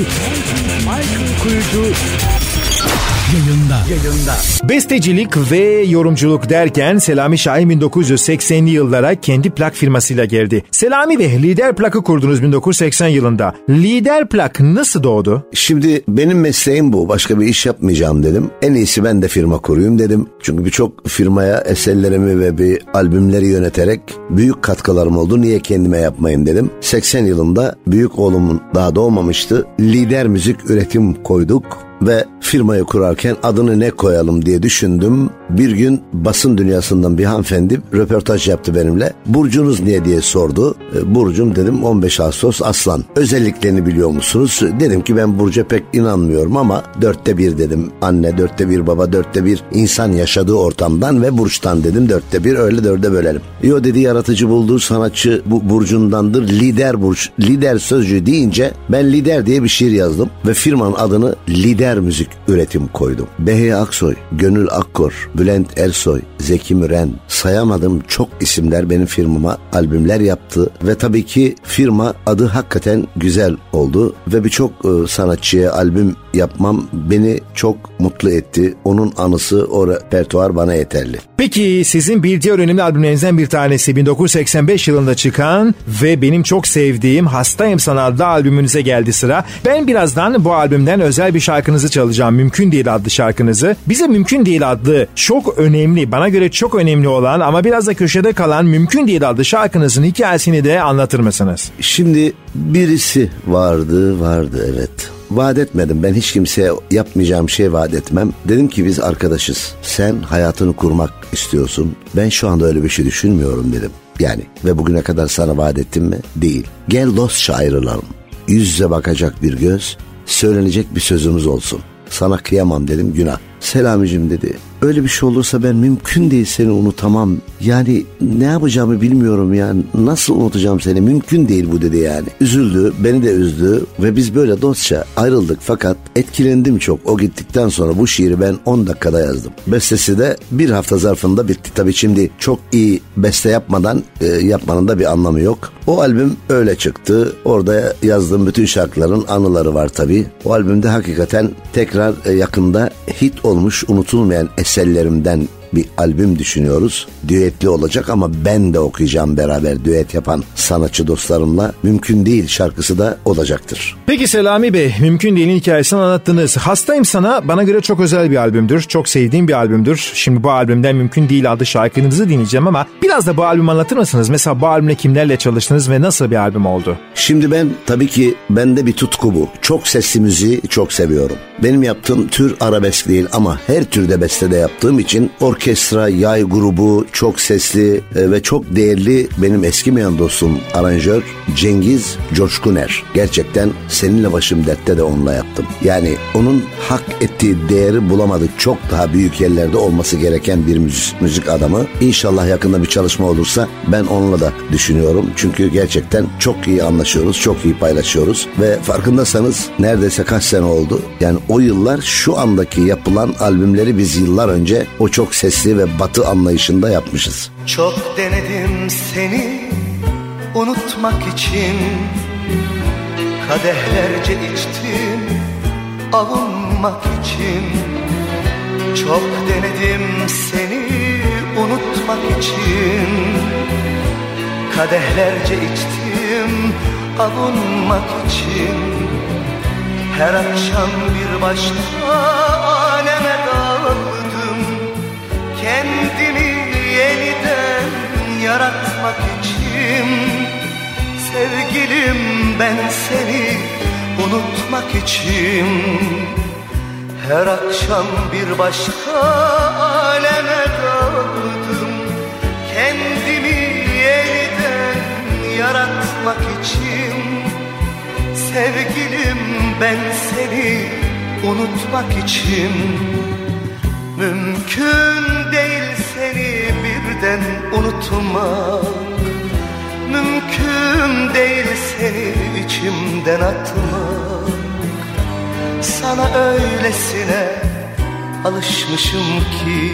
yayında. Bestecilik ve yorumculuk derken Selami Şahin 1980'li yıllara kendi plak firmasıyla geldi. Selami Bey, Lider Plak'ı kurdunuz 1980 yılında. Lider Plak nasıl doğdu? Şimdi benim mesleğim bu. Başka bir iş yapmayacağım dedim. En iyisi ben de firma kurayım dedim. Çünkü birçok firmaya eserlerimi ve bir albümleri yöneterek büyük katkılarım oldu. Niye kendime yapmayayım dedim. 80 yılında büyük oğlumun daha doğmamıştı. Lider Müzik Üretim koyduk. ve firmayı kurarken adını ne koyalım diye düşündüm. Bir gün basın dünyasından bir hanımefendi röportaj yaptı benimle. Burcunuz ne diye sordu. Burcum dedim 15 Ağustos Aslan. Özelliklerini biliyor musunuz? Dedim ki ben burca pek inanmıyorum ama 1/4 dedim. Anne 1/4 baba 1/4 insan yaşadığı ortamdan ve burçtan dedim 1/4 öyle 4'e bölelim. Yo dedi, yaratıcı bulduğu sanatçı bu burcundandır. Lider burç. Lider sözcüğü deyince ben lider diye bir şiir yazdım ve firmanın adını Lider Müzik Üretim koydum. Behiye Aksoy, Gönül Akkor, Bülent Ersoy, Zeki Müren, sayamadım çok isimler benim firmama albümler yaptı ve tabii ki firma adı hakikaten güzel oldu ve birçok sanatçıya albüm yapmam beni çok mutlu etti. Onun anısı, o repertuar bana yeterli. Peki sizin bir diğer önemli albümlerinizden bir tanesi 1985 yılında çıkan ve benim çok sevdiğim Hastayım Sana adlı albümünüze geldi sıra. Ben birazdan bu albümden özel bir şarkınızı çalacağım. Mümkün Değil adlı şarkınızı. Bize Mümkün Değil adlı çok önemli, bana göre çok önemli olan ama biraz da köşede kalan Mümkün Değil adlı şarkınızın hikayesini de anlatır mısınız? Şimdi birisi vardı evet. Vaat etmedim. Ben hiç kimseye yapmayacağım şey vaat etmem. Dedim ki biz arkadaşız. Sen hayatını kurmak istiyorsun. Ben şu anda öyle bir şey düşünmüyorum dedim. Yani ve bugüne kadar sana vaat ettim mi? Değil. Gel dostça ayrılalım. Yüz yüze bakacak bir göz, söylenecek bir sözümüz olsun. Sana kıyamam dedim, günah. Selamicim dedi. Öyle bir şey olursa ben mümkün değil seni unutamam. Yani ne yapacağımı bilmiyorum yani. Nasıl unutacağım seni? Mümkün değil bu dedi yani. Üzüldü, beni de üzdü ve biz böyle dostça ayrıldık fakat etkilendim çok. O gittikten sonra bu şiiri ben 10 dakikada yazdım. Bestesi de bir hafta zarfında bitti. Tabii şimdi çok iyi beste yapmadan yapmanın da bir anlamı yok. O albüm öyle çıktı. Orada yazdığım bütün şarkıların anıları var tabii. O albümde hakikaten tekrar yakında hit olmuş, unutulmayan eserlerimden bir albüm düşünüyoruz. Düetli olacak ama ben de okuyacağım beraber düet yapan sanatçı dostlarımla. Mümkün Değil şarkısı da olacaktır. Peki Selami Bey, Mümkün Değil'in hikayesini anlattınız. Hastayım Sana bana göre çok özel bir albümdür. Çok sevdiğim bir albümdür. Şimdi bu albümden Mümkün Değil adlı şarkınızı dinleyeceğim ama biraz da bu albümü anlatır mısınız? Mesela bu albümle kimlerle çalıştınız ve nasıl bir albüm oldu? Şimdi ben tabii ki bende bir tutku bu. Çok sesli müziği çok seviyorum. Benim yaptığım tür arabesk değil ama her türde bestede yaptığım için orkestra, yay grubu, çok sesli ve çok değerli benim eskimeyen dostum aranjör Cengiz Coşkuner. Gerçekten Seninle Başım Dertte de onunla yaptım. Yani onun hak ettiği değeri bulamadık. Çok daha büyük yerlerde olması gereken bir müzik adamı. İnşallah yakında bir çalışma olursa ben onunla da düşünüyorum. Çünkü gerçekten çok iyi anlaşıyoruz, çok iyi paylaşıyoruz ve farkındaysanız neredeyse kaç sene oldu. Yani o yıllar şu andaki yapılan albümleri biz yıllar önce o çok sesli ve batı anlayışında yapmışız. Çok denedim seni unutmak için, kadehlerce içtim avunmak için. Çok denedim seni unutmak için, kadehlerce içtim avunmak için. Her akşam bir başka aleme daldım, kendimi yeniden yaratmak için. Sevgilim ben seni unutmak için. Her akşam bir başka aleme daldım, kendimi yeniden yaratmak için. Sevgilim ben seni unutmak için. Mümkün değil seni birden unutmak, mümkün değil seni içimden atmak. Sana öylesine alışmışım ki,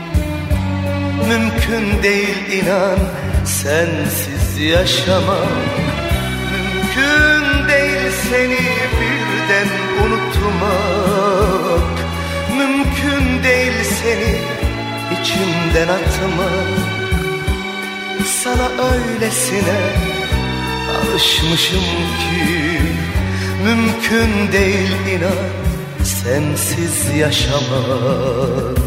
mümkün değil inan sensiz yaşamak. Mümkün değil seni birden unutmak, mümkün değil seni içimden atmak. Sana öylesine alışmışım ki, mümkün değil inan sensiz yaşamak.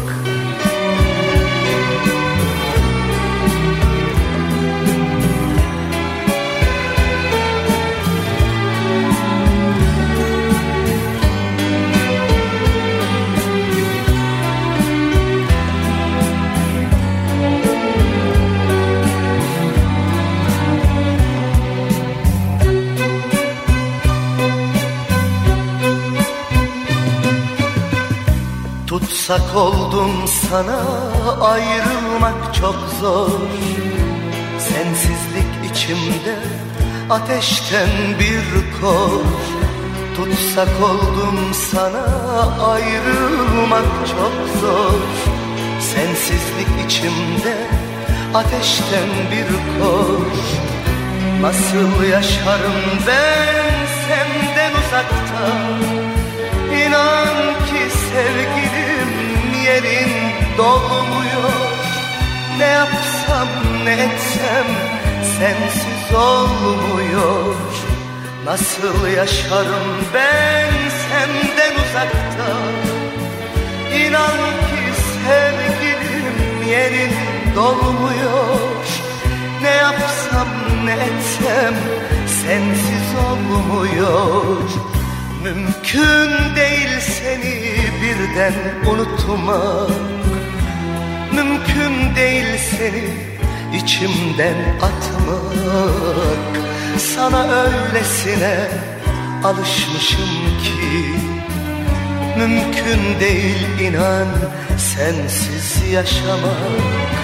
Tutsak oldum sana, ayrılmak çok zor. Sensizlik içimde ateşten bir kor. Tutsak oldum sana, ayrılmak çok zor. Sensizlik içimde ateşten bir kor. Nasıl yaşarım ben senden uzakta? İnan ki sevgilim yerin dolmuyor. Ne yapsam ne etsem sensiz olmuyor. Nasıl yaşarım ben senden uzakta? İnan ki sevgilim yerin dolmuyor. Ne yapsam ne etsem sensiz olmuyor. Mümkün değil seni birden unutmak. Mümkün değil seni içimden atmak. Sana öylesine alışmışım ki mümkün değil inan sensiz yaşamak.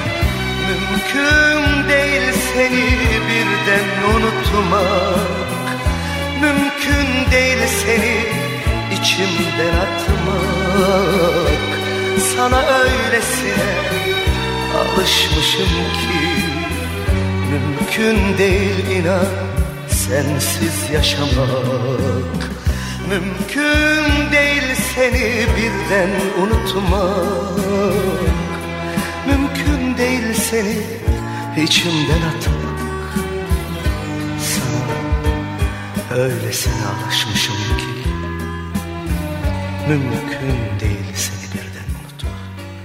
Mümkün değil seni birden unutmak. Mümkün değil seni içimden atmak. Sana öylesine alışmışım ki mümkün değil inan sensiz yaşamak. Mümkün değil seni birden unutmak. Mümkün değil seni içimden atmak. Sana öylesine alışmışım ki mümkün değil seni birden unutmak.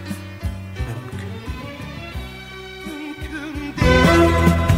Mümkün değil.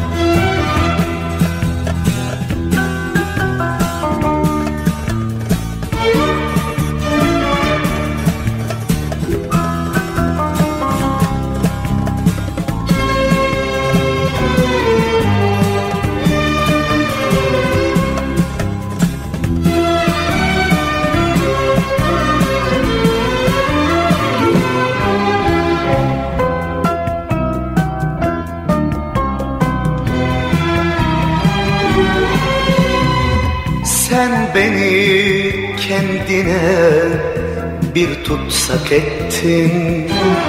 Sen beni kendine bir tutsak ettin.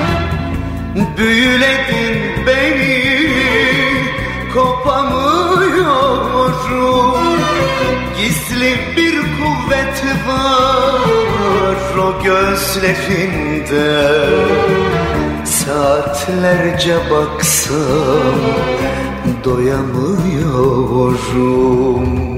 Büyüledin beni, kopamıyorum. Gizli bir kuvvet var o gözlerinde. Saatlerce baksam doyamıyorum.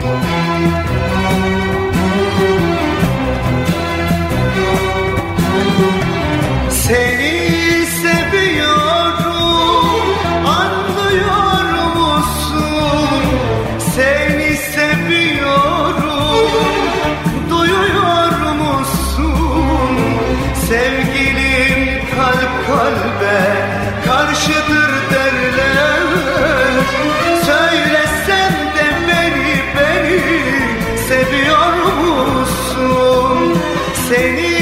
Seni seviyorum, anlıyor musun? Seni seviyorum, duyuyor musun? Sevgilim kalp kalbe karşıdır derler. Söylesen de beni seviyor musun? Seni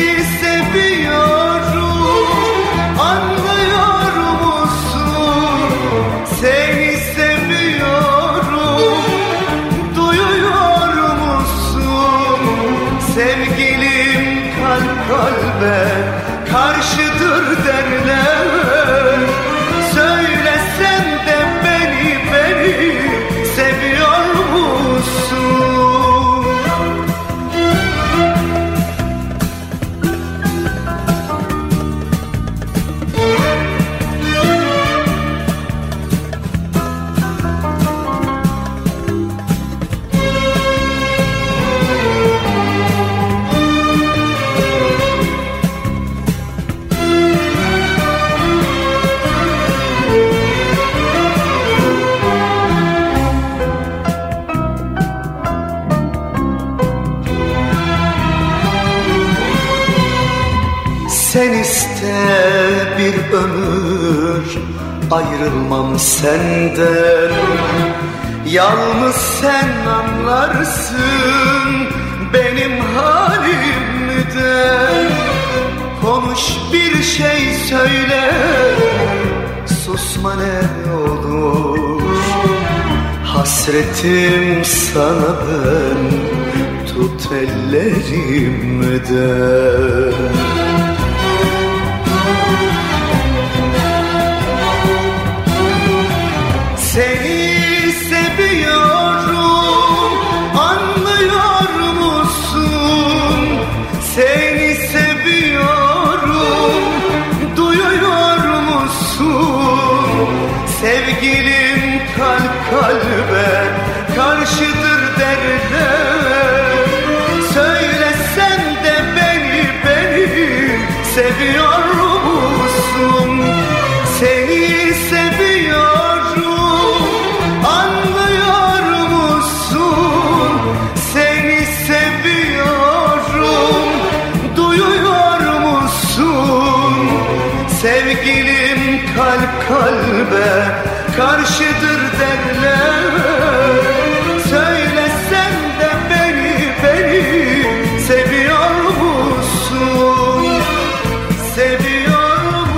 seni seviyorum, duyuyor musun? Sevgilim kalp kalbe karşıdır derler. Söylesen de beni seviyor musun? Sen iste bir ömür ayrılmam senden. Yalnız sen anlarsın benim halimden. Konuş şey söyle, susma ne olur. Hasretim sana ben, tut ellerimden. Seni seviyorum, anlıyor musun? Seni seviyorum, duyuyor musun? Sevgilim kalp kalbe karşıdır derler. Söylesen de beni seviyor musun? Seni seviyorum, anlıyor musun? Seni seviyorum, duyuyor musun? Sevgilim kalp kalbe karşıdır derler. Söylesen de beni seviyor musun? Seviyor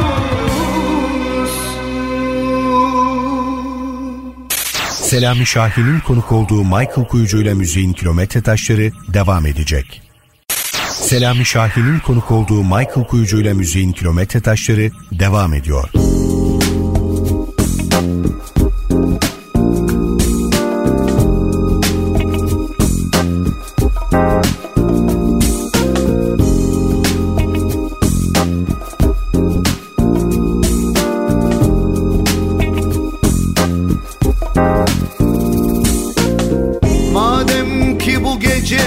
musun? Selami Şahin'in konuk olduğu Michael Kuyucu ile müziğin kilometre taşları devam edecek. Selami Şahin'in konuk olduğu Michael Kuyucu ile müziğin kilometre taşları devam ediyor. Madem ki bu gece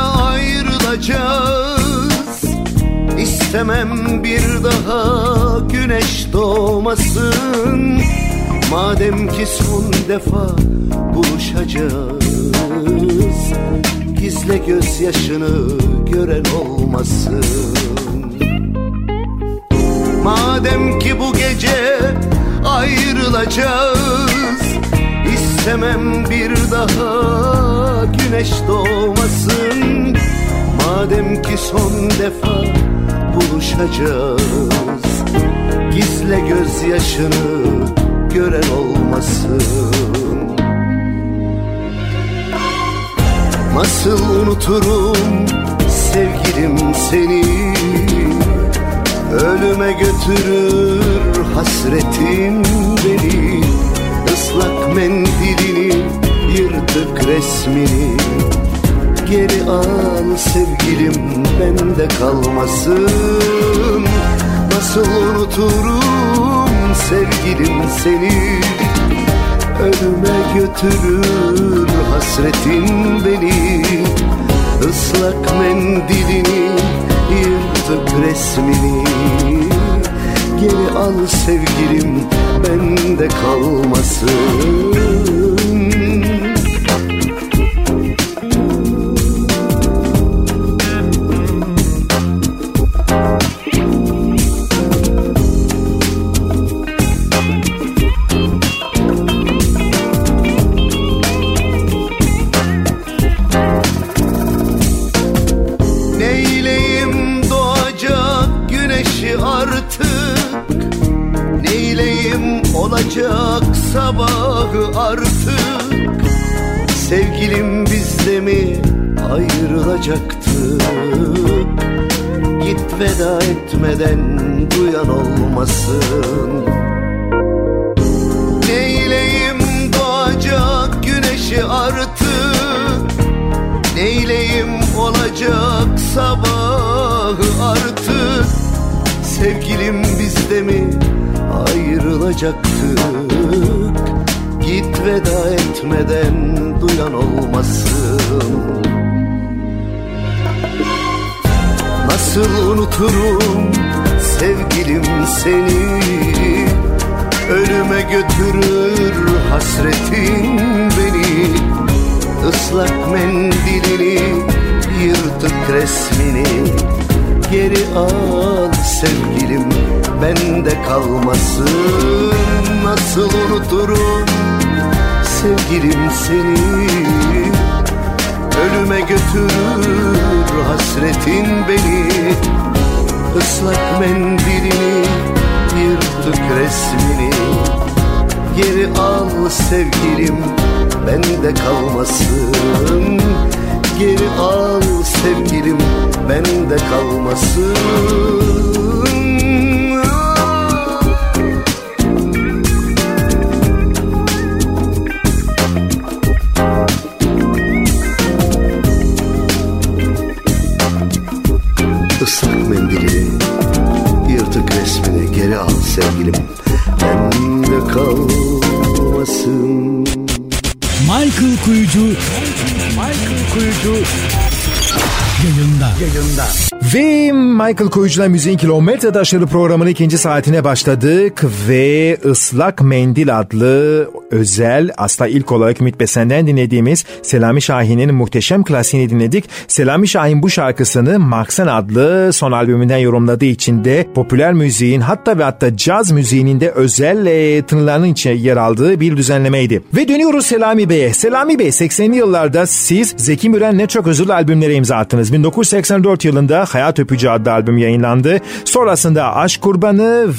ayrılacağız, İstemem bir daha güneş doğmasın. Madem ki son defa buluşacağız, gizle gözyaşını gören olmasın. Madem ki bu gece ayrılacağız, İstemem bir daha güneş doğmasın. Madem ki son defa buluşacağız, gizle gözyaşını gören olmasın. Nasıl unuturum sevgilim seni, ölüme götürür hasretin beni. Islak mendilini, yırtık resmini geri al sevgilim, bende kalmasın. Nasıl unuturum sevgilim seni, ölüme götürür hasretin beni. Islak mendilini, yırtık resmini geri al sevgilim, bende kalmasın. Neyleyim doğacak güneşi artık, neyleyim olacak sabahı artık. Sevgilim bizde mi ayrılacaktık, git veda etmeden duyan olmasın. Neyleyim doğacak güneşi artık, neyleyim olacak sabahı artık. Sevgilim bizde mi ayrılacaktık, git veda etmeden duyan olmasın. Nasıl unuturum sevgilim seni, ölüme götürür hasretin beni. Islak mendilini, yırtık resmini geri al sevgilim, bende kalmasın. Nasıl unuturum sevgilim seni, ölüme götürür hasretin beni. Islak mendilini, yırtık resmini geri al sevgilim, bende kalmasın. Geri al sevgilim, bende kalmasın. Islak mendilini, yırtık resmini geri al sevgilim, bende kalmasın. Michael Kuyucu yayında. Ve Michael Kuyucu'la Müziğin Kilometre Taşları programının ikinci saatine başladık ve Islak Mendil adlı özel, aslında ilk olarak Ümit Besen'den dinlediğimiz Selami Şahin'in muhteşem klasiğini dinledik. Selami Şahin bu şarkısını Maksen adlı son albümünden yorumladığı için de popüler müziğin hatta ve hatta caz müziğinin de özel tınılarının içine yer aldığı bir düzenlemeydi. Ve dönüyoruz Selami Bey'e. Selami Bey, 80'li yıllarda siz Zeki Müren'le çok özürlü albümlere imza attınız. 1984 yılında Hayat Öpücü adlı albüm yayınlandı. Sonrasında Aşk Kurbanı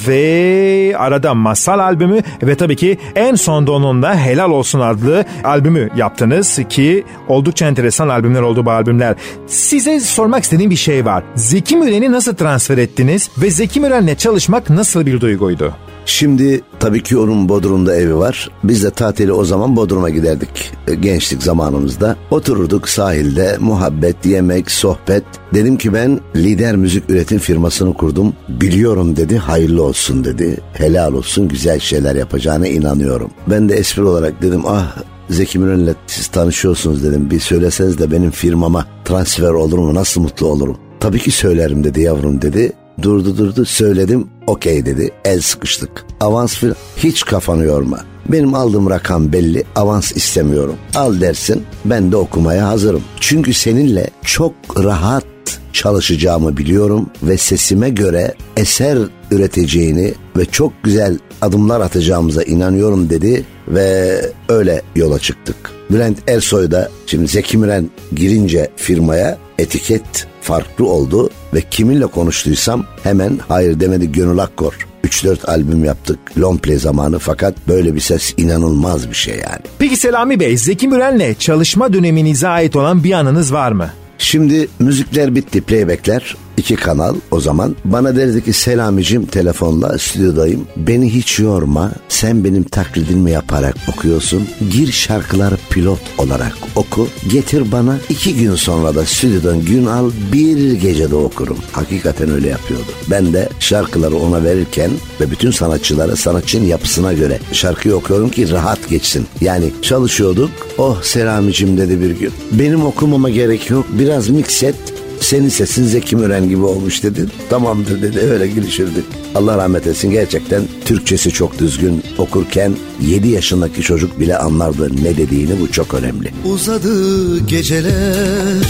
ve arada Masal albümü ve tabii ki en sonda onunla Helal Olsun adlı albümü yaptınız ki oldukça enteresan albümler oldu bu albümler. Size sormak istediğim bir şey var. Zeki Müren'i nasıl transfer ettiniz ve Zeki Müren'le çalışmak nasıl bir duyguydu? Şimdi tabii ki onun Bodrum'da evi var. Biz de tatili o zaman Bodrum'a giderdik gençlik zamanımızda. Otururduk sahilde, muhabbet, yemek, sohbet. Dedim ki ben lider müzik üretim firmasını kurdum. Biliyorum dedi, hayırlı olsun dedi. Helal olsun, güzel şeyler yapacağına inanıyorum. Ben de espri olarak dedim Zeki Müren'le siz tanışıyorsunuz dedim. Bir söyleseniz de benim firmama transfer olur mu, nasıl mutlu olurum. Tabii ki söylerim dedi yavrum dedi. Durdu söyledim, okey dedi, el sıkıştık. Avans falan hiç kafanı yorma. Benim aldığım rakam belli, avans istemiyorum. Al dersin, ben de okumaya hazırım. Çünkü seninle çok rahat çalışacağımı biliyorum ve sesime göre eser üreteceğini ve çok güzel adımlar atacağımıza inanıyorum dedi ve öyle yola çıktık. Bülent Ersoy da şimdi Zeki Müren girince firmaya etiket farklı oldu ve kiminle konuştuysam hemen hayır demedi. Gönül Akkor. 3-4 albüm yaptık long play zamanı, fakat böyle bir ses inanılmaz bir şey yani. Peki Selami Bey, Zeki Müren'le çalışma döneminize ait olan bir anınız var mı? Şimdi müzikler bitti, playbackler 2 kanal o zaman. Bana derdi ki Selamicim, telefonla stüdyodayım, beni hiç yorma, sen benim taklidimi yaparak okuyorsun, gir şarkıları pilot olarak oku, getir bana, 2 gün sonra da stüdyodan gün al, bir gecede okurum. Hakikaten öyle yapıyordu. Ben de şarkıları ona verirken ve bütün sanatçılara sanatçının yapısına göre şarkıyı okuyorum ki rahat geçsin. Yani çalışıyorduk, Selamicim dedi bir gün, benim okumama gerek yok, biraz mix et, senin sesin Zeki Müren gibi olmuş dedi. Tamamdır dedi, öyle girişirdik. Allah rahmet etsin, gerçekten Türkçesi çok düzgün, okurken 7 yaşındaki çocuk bile anlardı ne dediğini, bu çok önemli. Uzadı geceler,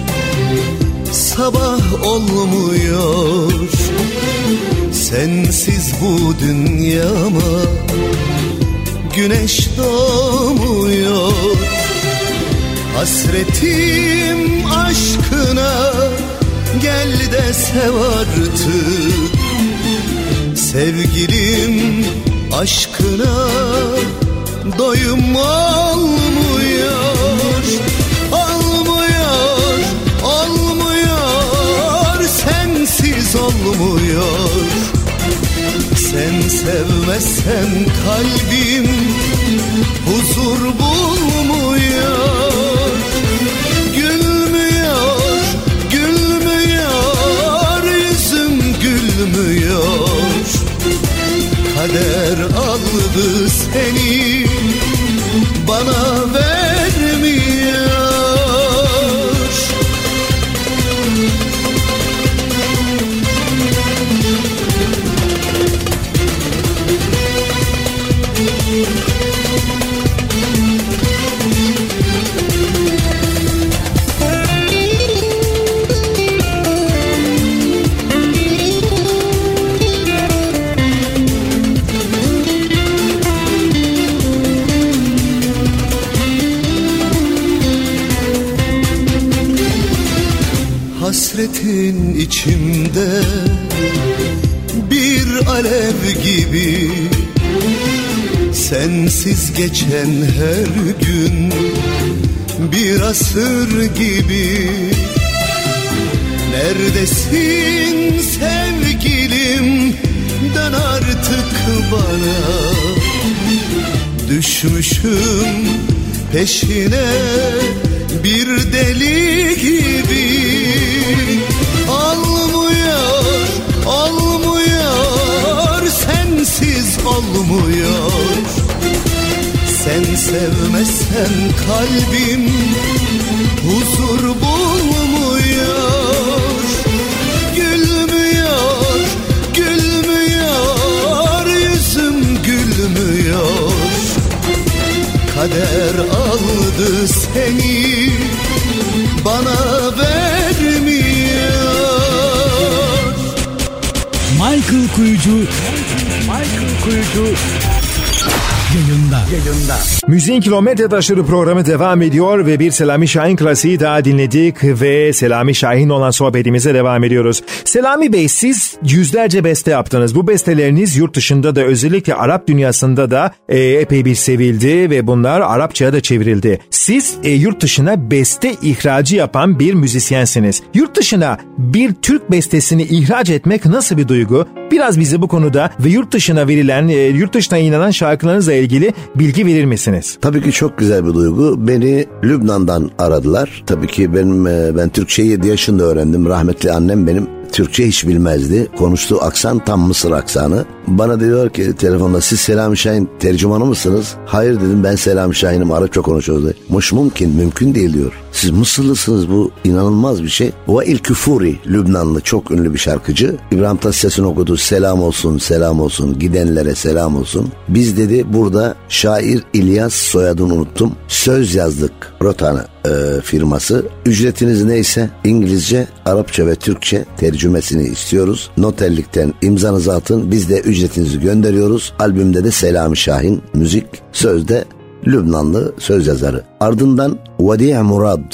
sabah olmuyor, sensiz bu dünyama güneş doğmuyor. Hasretim aşkına, gel de sev artık. Sevgilim aşkına doyum olmuyor. Olmuyor, sensiz olmuyor. Sen sevmezsen kalbim huzur bulmuyor. Gülmüyor, yüzüm gülmüyor. Kader aldı seni, bana vermiyor. Hasretin içimde bir alev gibi, sensiz geçen her gün bir asır gibi. Neredesin sevgilim, dön artık bana. Düşmüşüm peşine bir deli gibi. Olmuyor, olmuyor, sensiz olmuyor. Sen sevmezsen kalbim huzur bulmuyor. Gülmüyor, gülmüyor, yüzüm gülmüyor. Kader aldı seni, bana vermiyor. Michael Kuyucu yayında. Müziğin Kilometre Taşları programı devam ediyor ve bir Selami Şahin klasiği daha dinledik ve Selami Şahin olan sohbetimize devam ediyoruz. Selami Bey, siz yüzlerce beste yaptınız. Bu besteleriniz yurt dışında da, özellikle Arap dünyasında da epey bir sevildi ve bunlar Arapçaya da çevrildi. Siz yurt dışına beste ihracı yapan bir müzisyensiniz. Yurt dışına bir Türk bestesini ihraç etmek nasıl bir duygu? Biraz bize bu konuda ve yurt dışına verilen, yurt dışına yayınlanan şarkılarınızla ilgili bilgi verir misiniz? Tabii ki çok güzel bir duygu. Beni Lübnan'dan aradılar. Tabii ki ben Türkçeyi 7 yaşında öğrendim. Rahmetli annem benim Türkçe hiç bilmezdi. Konuştuğu aksan tam Mısır aksanı. Bana diyor ki telefonda, siz Selami Şahin tercümanı mısınız? Hayır dedim, ben Selami Şahin'im, Arapça konuşuyoruz. Mümkün değil diyor. Siz Mısırlısınız, bu inanılmaz bir şey. Vail Küfuri, Lübnanlı çok ünlü bir şarkıcı. İbrahim Tatlıses'in okuduğu selam olsun, selam olsun, gidenlere selam olsun. Biz dedi burada şair İlyas, soyadını unuttum, söz yazdık. Rotana firması. Ücretiniz neyse İngilizce, Arapça ve Türkçe tercümesini istiyoruz. Noterlikten imzanızı atın, biz de ücretinizi gönderiyoruz. Albümde de Selami Şahin müzik, sözde Lübnanlı söz yazarı. Ardından Vadi' Murad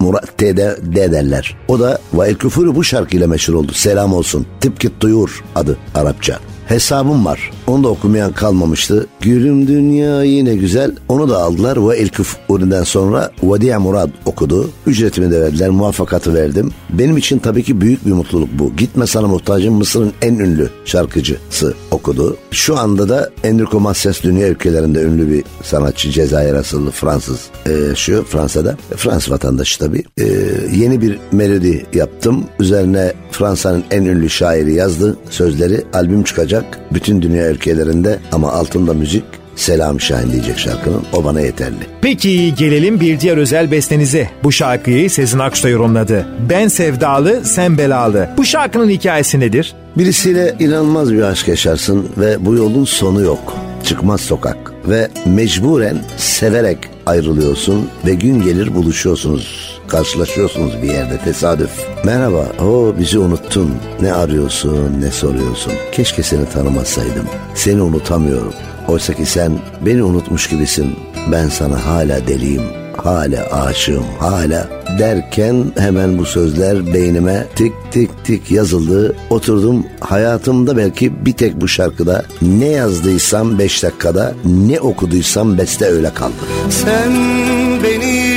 derler. O da Vail Küfürü bu şarkıyla meşhur oldu. Selam olsun. Tıpkı duyur adı Arapça. Hesabım var. Onu da okumayan kalmamıştı. Gülüm dünya yine güzel. Onu da aldılar. Vail Küfürü'nden sonra Vadi' Murad okudu. Ücretimi de verdiler. Muvaffakatı verdim. Benim için tabii ki büyük bir mutluluk bu. Gitme Sana Muhtacım, Mısır'ın en ünlü şarkıcısı okudu. Şu anda da Enrico Macias dünya ülkelerinde ünlü bir sanatçı. Cezayir asıllı Fransız. Şu Fransa'da. Fransız vatandaşı tabii. Yeni bir melodi yaptım. Üzerine Fransa'nın en ünlü şairi yazdı. Sözleri, albüm çıkacak bütün dünya ülkelerinde ama altında müzik Selami Şahin diyecek şarkının. O bana yeterli. Peki gelelim bir diğer özel bestenize. Bu şarkıyı Sezen Aksu yorumladı. Ben sevdalı, sen belalı. Bu şarkının hikayesi nedir? Birisiyle inanılmaz bir aşk yaşarsın ve bu yolun sonu yok. Çıkmaz sokak ve mecburen severek ayrılıyorsun ve gün gelir buluşuyorsunuz. Karşılaşıyorsunuz bir yerde, tesadüf. Merhaba, bizi unuttun. Ne arıyorsun, ne soruyorsun? Keşke seni tanımasaydım. Seni unutamıyorum. Oysa ki sen beni unutmuş gibisin. Ben sana hala deliyim, hala aşığım, hala derken hemen bu sözler beynime tik tik tik yazıldı. Oturdum, hayatımda belki bir tek bu şarkıda ne yazdıysam 5 dakikada, ne okuduysam beste öyle kaldı. Sen beni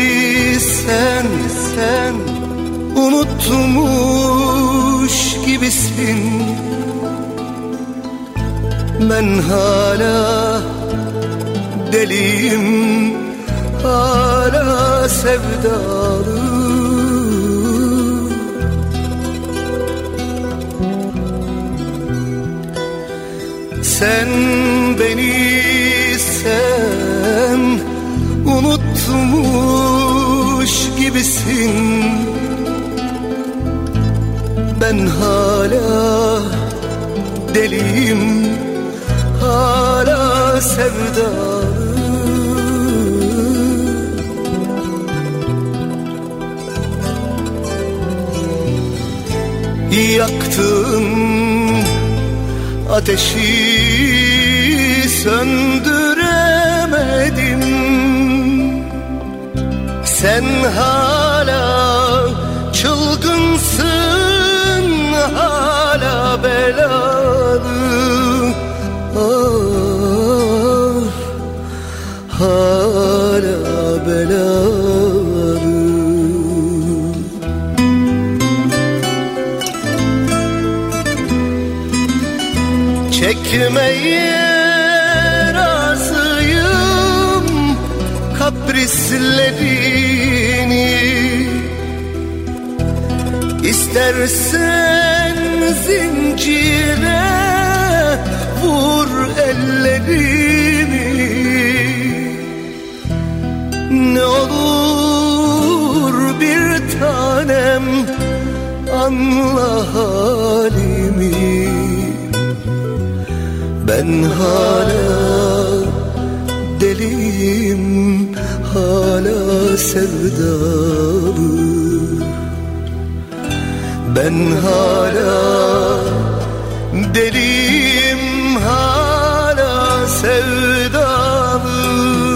sen unutmuş gibisin. Ben hala deliyim, hala sevdalı. Sen beni unutmuş gibisin. Ben hala deliyim, hala sevdalı. Yaktın ateşi söndüremedim. Sen hala çılgınsın. çekmeye razıyım kaprislerini. İstersen zincire vur ellerimi, ne olur bir tanem anla halimi. Ben hala deliyim, hala sevdalı. Ben hala deliyim, hala sevdalı.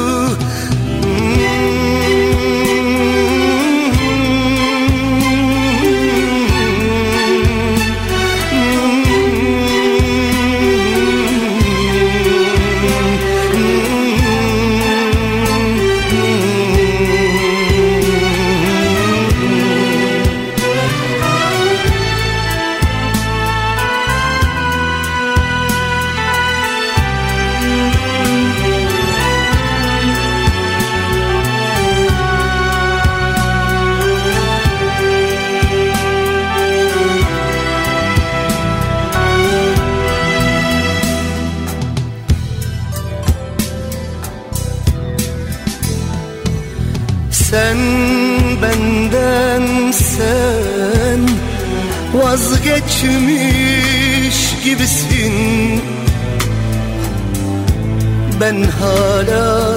Sen benden sen vazgeçmiş gibisin. Ben hala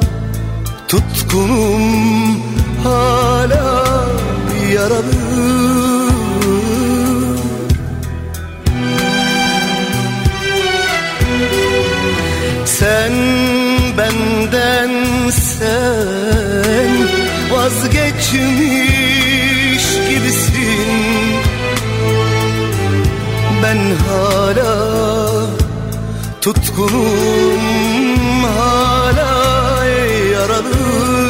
tutkunum, hala yaralı. Sen benden sen vazgeçmiş gibisin. Ben hala tutkunum, hala yaralı.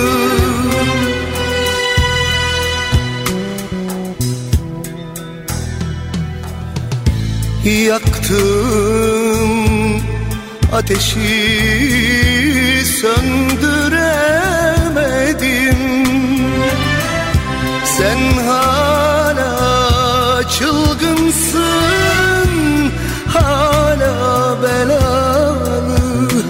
Yaktım ateşi söndüremedim. Sen hala çılgınsın, hala belalı.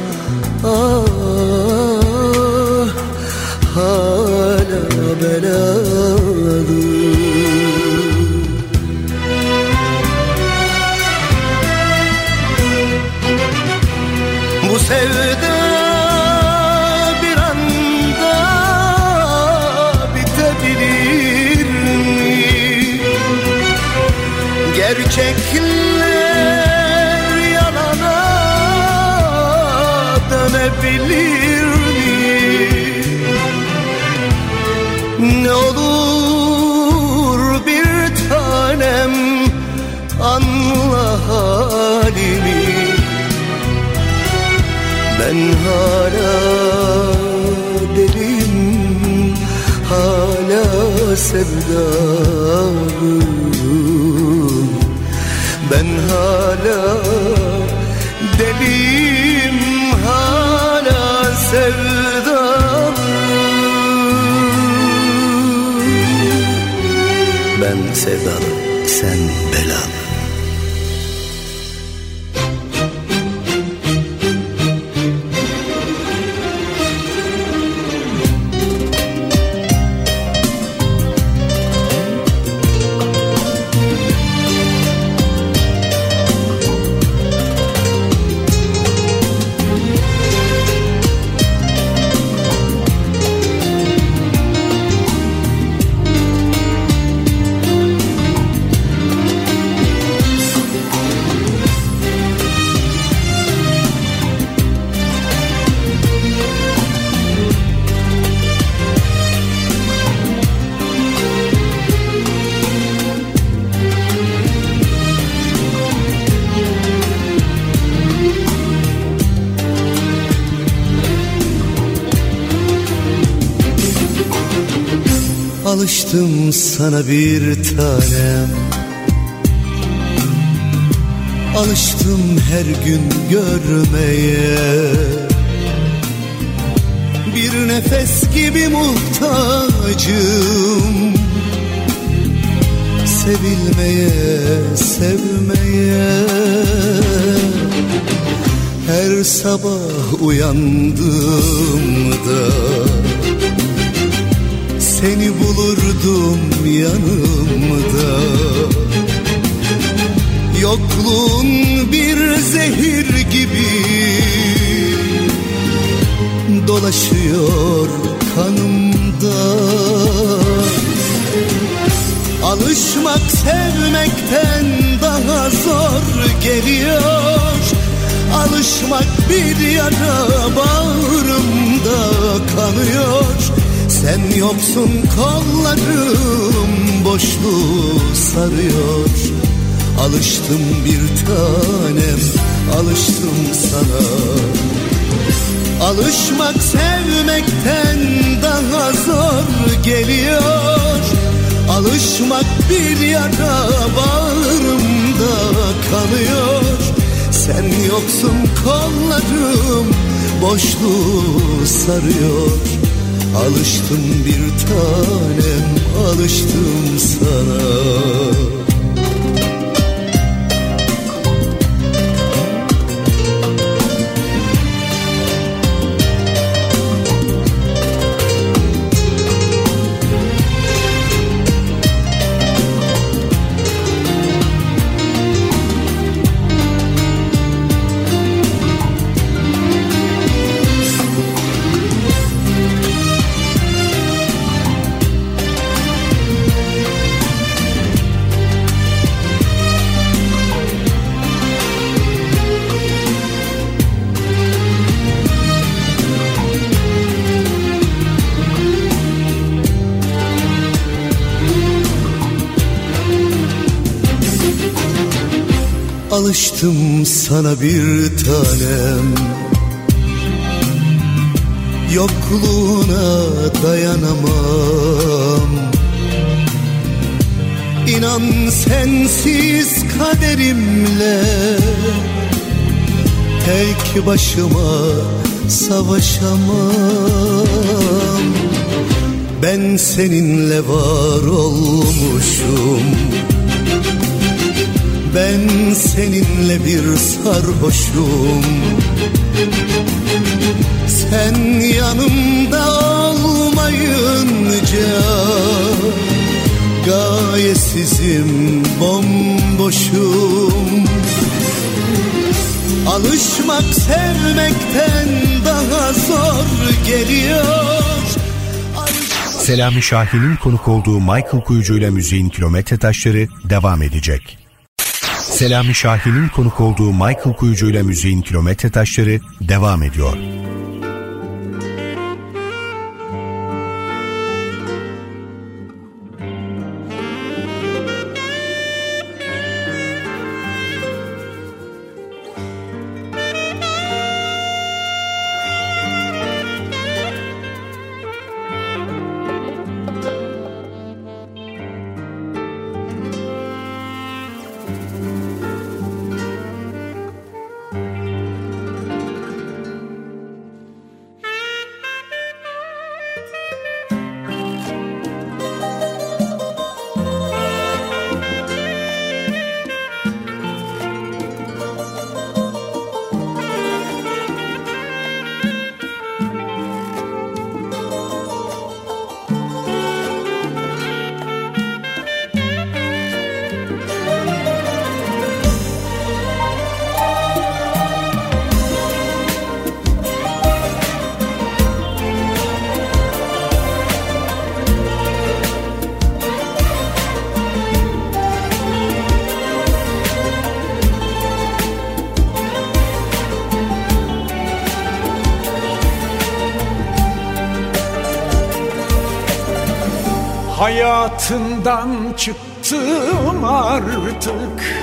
Ah, hala belalı. Bu sevda bir anda bitebilir mi? Gerçekler yalana dönebilir mi? Ne olur bir tanem anla halimi. Ben hala deliyim, hala sevdalı. Ben hala deliyim, hala sevdalı. Ben sevdalı, sen belalı. Alıştım sana bir tanem, alıştım her gün görmeye. Bir nefes gibi muhtacım, sevilmeye, sevmeye. Her sabah uyandığımda seni bulurdum yanımda. Yokluğun bir zehir gibi dolaşıyor kanımda. Alışmak sevmekten daha zor geliyor. Alışmak bir yara bağrımda kanıyor. Sen yoksun kollarım boşluğu sarıyor. Alıştım bir tanem, alıştım sana. Alışmak sevmekten daha zor geliyor. Alışmak bir yara bağrımda kanıyor. Sen yoksun kollarım boşluğu sarıyor. Alıştım bir tanem, alıştım sana. Alıştım sana bir tanem, yokluğuna dayanamam. İnan sensiz kaderimle tek başıma savaşamam. Ben seninle var olmuşum, ben seninle bir sarhoşum. Sen yanımda olmayınca gayesizim, bomboşum. Alışmak sevmekten daha zor geliyor. Selami Şahin'in konuk olduğu Michael Kuyucu ile müziğin kilometre taşları devam edecek. Selami Şahin'in konuk olduğu Michael Kuyucu ile müziğin kilometre taşları devam ediyor. Hayatından çıktım artık,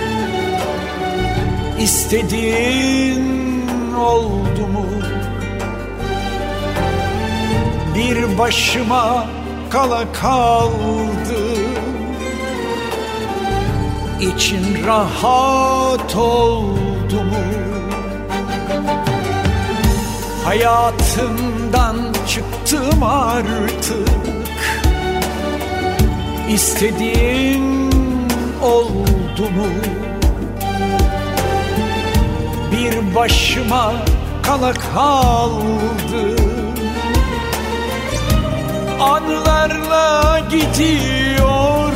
İstediğin oldu mu? Bir başıma kala kaldım, için rahat oldu mu? Hayatından çıktım artık, İstediğin oldu mu? Bir başıma kala kaldım, anılarla gidiyorum.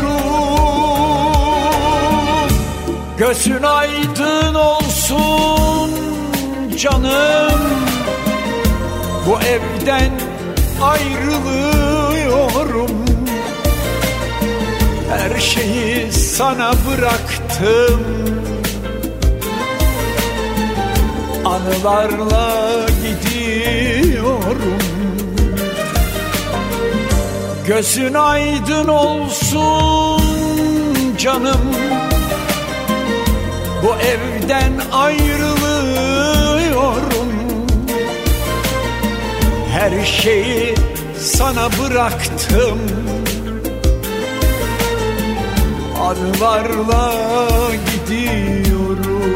Gözün aydın olsun canım, bu evden ayrılıyorum. Her şeyi sana bıraktım, anılarla gidiyorum. Gözün aydın olsun canım, bu evden ayrılıyorum. Her şeyi sana bıraktım, anılarla gidiyorum.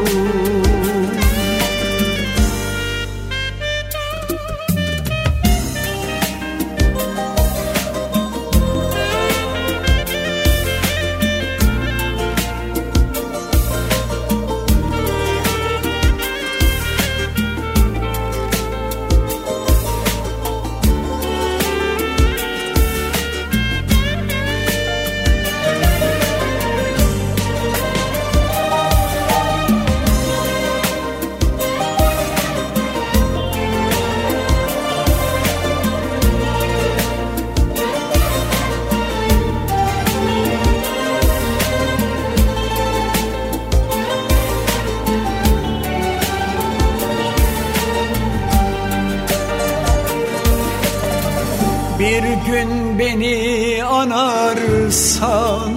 Bir gün beni anarsan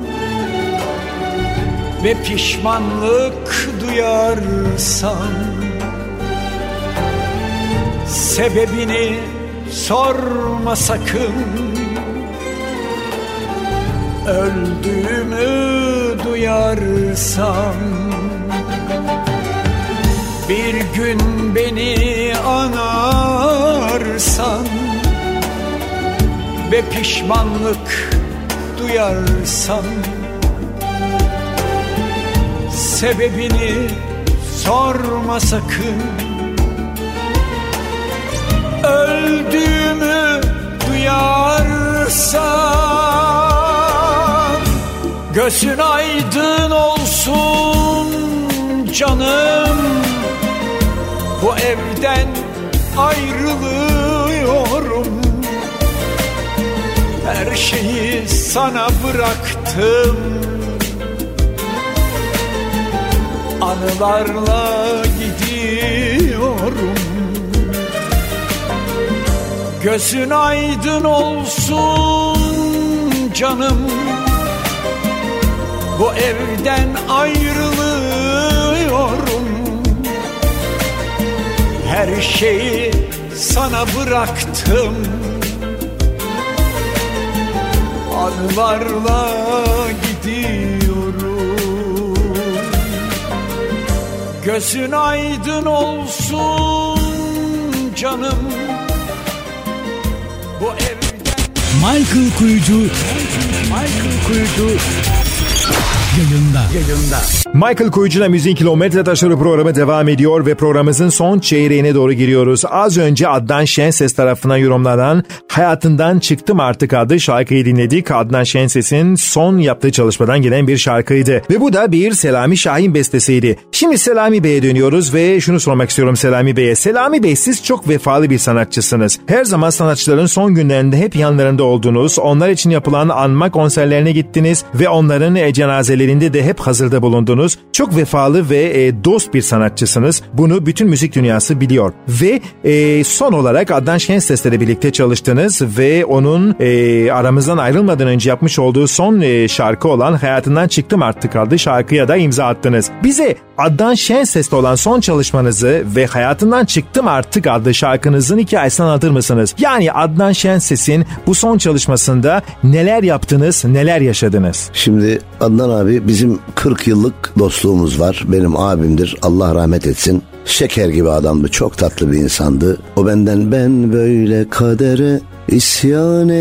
ve pişmanlık duyarsan, sebebini sorma sakın. Öldüğümü duyarsan, bir gün beni anarsan ve pişmanlık duyarsan, sebebini sorma sakın. Öldüğümü duyarsan, gözün aydın olsun canım, bu evden ayrılıyorum. Her şeyi sana bıraktım, anılarla gidiyorum. Gözün aydın olsun canım, bu evden ayrılıyorum. Her şeyi sana bıraktım, anılarla gidiyorum. Gözün aydın olsun canım, bu evden... Michael Kuyucu yayında. Michael Kuyucu'na Müziğin Kilometre Taşları programı devam ediyor ve programımızın son çeyreğine doğru giriyoruz. Az önce Adnan Şenses tarafından yorumlanan Hayatından Çıktım Artık adlı şarkıyı dinledik. Adnan Şenses'in son yaptığı çalışmadan gelen bir şarkıydı. Ve bu da bir Selami Şahin bestesiydi. Şimdi Selami Bey'e dönüyoruz ve şunu sormak istiyorum Selami Bey'e. Selami Bey, siz çok vefalı bir sanatçısınız. Her zaman sanatçıların son günlerinde hep yanlarında oldunuz. Onlar için yapılan anma konserlerine gittiniz ve onların cenazelerinde de hep hazırda bulundunuz. Çok vefalı ve dost bir sanatçısınız. Bunu bütün müzik dünyası biliyor. Ve son olarak Adnan Şenses'le de birlikte çalıştınız ve onun aramızdan ayrılmadan önce yapmış olduğu son şarkı olan Hayatından Çıktım Artık adlı şarkıya da imza attınız. Bize Adnan Şenses'le olan son çalışmanızı ve Hayatından Çıktım Artık adlı şarkınızın hikayesini anlatır mısınız? Yani Adnan Şenses'in bu son çalışmasında neler yaptınız, neler yaşadınız? Şimdi Adnan abi bizim 40 yıllık dostluğumuz var. Benim abimdir. Allah rahmet etsin. Şeker gibi adamdı. Çok tatlı bir insandı. O benden ben böyle kadere isyan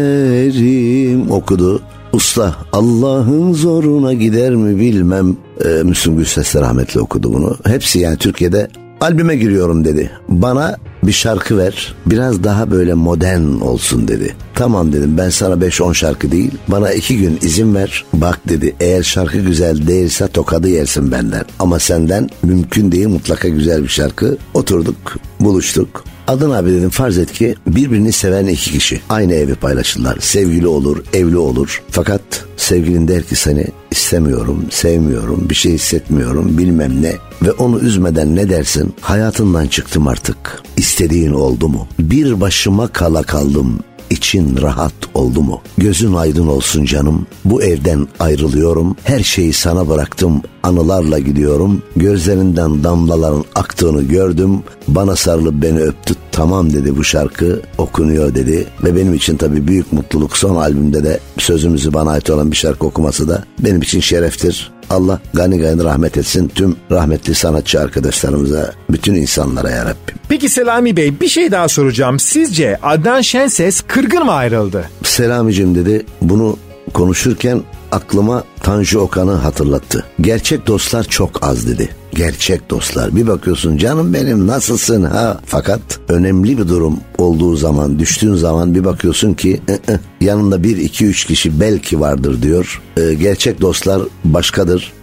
ederim okudu. Usta Allah'ın zoruna gider mi bilmem. Müslüm Gürses rahmetli okudu bunu. Hepsi yani Türkiye'de albüme giriyorum dedi. Bana bir şarkı ver. Biraz daha böyle modern olsun dedi. Tamam dedim, ben sana 5-10 şarkı değil, bana 2 gün izin ver. Bak dedi, eğer şarkı güzel değilse tokadı yersin benden. Ama senden mümkün değil, mutlaka güzel bir şarkı. Oturduk, buluştuk. Adın abi dedim, farz et ki birbirini seven 2 kişi aynı evi paylaşırlar. Sevgili olur, evli olur. Fakat sevgilin der ki seni istemiyorum, sevmiyorum, bir şey hissetmiyorum, bilmem ne. Ve onu üzmeden ne dersin? Hayatından çıktım artık. İstediğin oldu mu? Bir başıma kala kaldım. İçin rahat oldu mu? Gözün aydın olsun canım. Bu evden ayrılıyorum. Her şeyi sana bıraktım. Anılarla gidiyorum. Gözlerinden damlaların aktığını gördüm. Bana sarılıp beni öptü. Tamam dedi, bu şarkı okunuyor dedi. Ve benim için tabii büyük mutluluk. Son albümde de sözümüzü bana ait olan bir şarkı okuması da benim için şereftir. Allah gani gani rahmet etsin tüm rahmetli sanatçı arkadaşlarımıza, bütün insanlara ya Rabbim. Peki Selami Bey, bir şey daha soracağım. Sizce Adnan Şenses kırgın mı ayrıldı? Selamicim dedi, bunu konuşurken aklıma Tanju Okan'ı hatırlattı. Gerçek dostlar çok az dedi. Gerçek dostlar. Bir bakıyorsun canım benim nasılsın ha? Fakat önemli bir durum olduğu zaman, düştüğün zaman bir bakıyorsun ki yanında 1-2-3 kişi belki vardır diyor. Gerçek dostlar başkadır.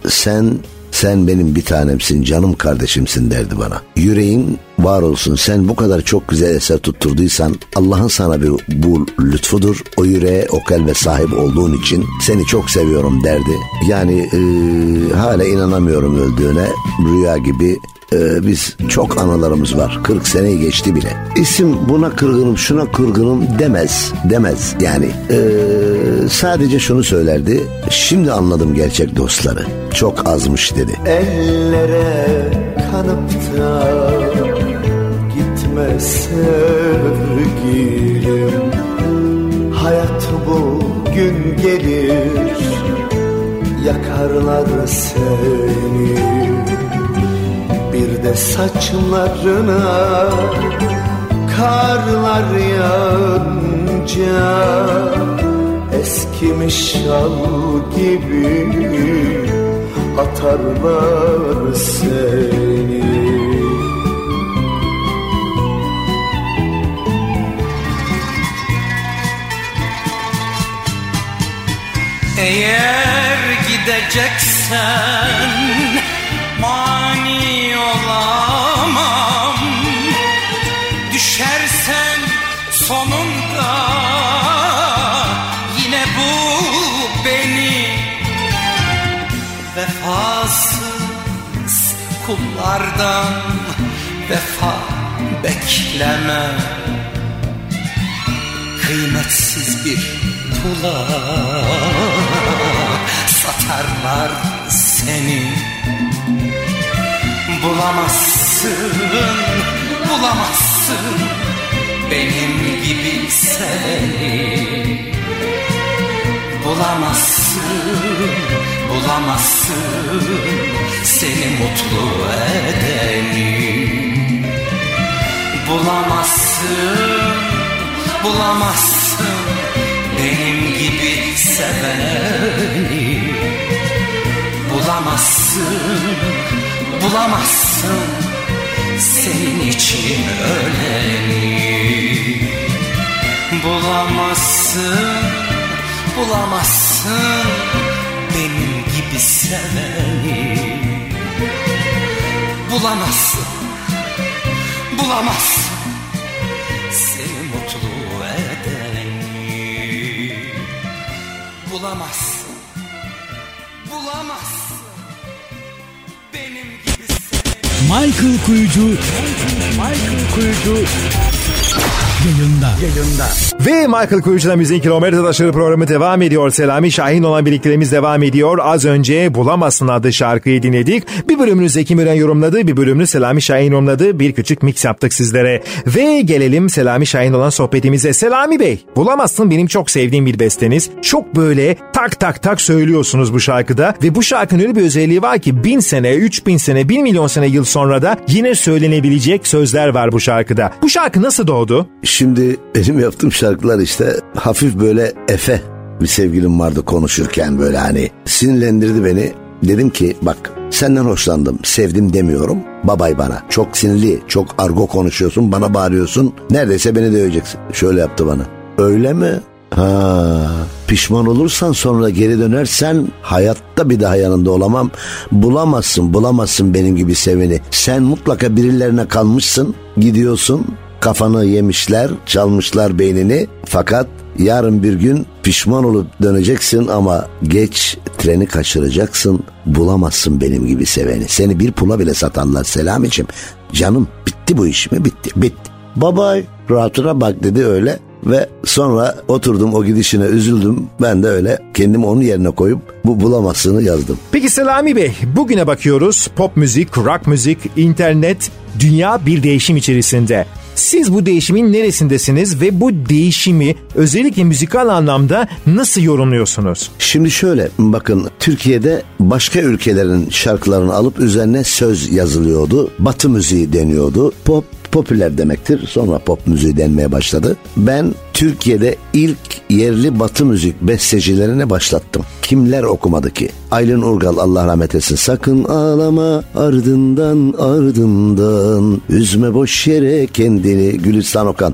Sen benim bir tanemsin, canım kardeşimsin derdi bana. Yüreğin var olsun, sen bu kadar çok güzel eser tutturduysan Allah'ın sana bu lütfudur. O yüreğe, o kalbe sahip olduğun için seni çok seviyorum derdi. Yani hala inanamıyorum öldüğüne, rüya gibi. Biz çok anılarımız var. 40 seneyi geçti bile. İsim buna kırgınım, şuna kırgınım demez. Yani sadece şunu söylerdi. Şimdi anladım gerçek dostları. Çok azmış dedi. Ellere kanıp da gitme sevgilim. Hayat bugün gelir, yakarlar seni. Bir de saçlarına karlar yağınca eskimiş şal gibi atarlar seni. Eğer gideceksen mani olamam. Düşersen sonunda yine bu beni. Vefasız kullardan vefa bekleme. Kıymetsiz bir tula satarlar seni. Bulamazsın benim gibi seni. Bulamazsın seni mutlu edeni. Bulamazsın benim gibi seveni. Bulamazsın senin için öleni. Bulamazsın benim gibi seveni. Bulamazsın seni mutlu edeni. Bulamazsın benim gibi seveni. Michael Kuyucu Yayında. Ve Michael Kuyucu'da Müziğin Kilometre Taşları programı devam ediyor. Selami Şahin olan birlikteliğimiz devam ediyor. Az önce Bulamazsın adlı şarkıyı dinledik. Bir bölümünü Zeki Müren yorumladı, bir bölümünü Selami Şahin yorumladı. Bir küçük mix yaptık sizlere. Ve gelelim Selami Şahin olan sohbetimize. Selami Bey, Bulamazsın benim çok sevdiğim bir besteniz. Çok böyle tak tak tak söylüyorsunuz bu şarkıda. Ve bu şarkının öyle bir özelliği var ki 1000 sene, 3000 sene, 1 milyon sene yıl sonra da yine söylenebilecek sözler var bu şarkıda. Bu şarkı nasıl doğdu? Şimdi benim yaptığım şarkılar işte hafif böyle efe bir sevgilim vardı, konuşurken böyle hani sinirlendirdi beni. Dedim ki bak, senden hoşlandım, sevdim demiyorum. Babay bana. Çok sinirli, çok argo konuşuyorsun, bana bağırıyorsun. Neredeyse beni döveceksin. Şöyle yaptı bana. Öyle mi? Pişman olursan sonra geri dönersen hayatta bir daha yanında olamam. Bulamazsın benim gibi seveni. Sen mutlaka birilerine kalmışsın, gidiyorsun. Kafanı yemişler, çalmışlar beynini. Fakat yarın bir gün pişman olup döneceksin ama geç treni kaçıracaksın. Bulamazsın benim gibi seveni. Seni bir pula bile satarlar Selami'cim. Canım, bitti bu iş mi? Bitti. Babay, rahatına bak dedi öyle. Ve sonra oturdum, o gidişine üzüldüm. Ben de öyle kendimi onun yerine koyup bu Bulamazsın'ı yazdım. Peki Selami Bey, bugüne bakıyoruz. Pop müzik, rock müzik, internet, dünya bir değişim içerisinde. Siz bu değişimin neresindesiniz ve bu değişimi özellikle müzikal anlamda nasıl yorumluyorsunuz? Şimdi şöyle bakın, Türkiye'de başka ülkelerin şarkılarını alıp üzerine söz yazılıyordu. Batı müziği deniyordu. Pop popüler demektir. Sonra pop müziği denmeye başladı. Ben Türkiye'de ilk yerli batı müzik bestecilerini başlattım. Kimler okumadı ki? Aylin Urgal, Allah rahmet etsin. Sakın ağlama ardından üzme boş yere kendini. Gülistan Okan.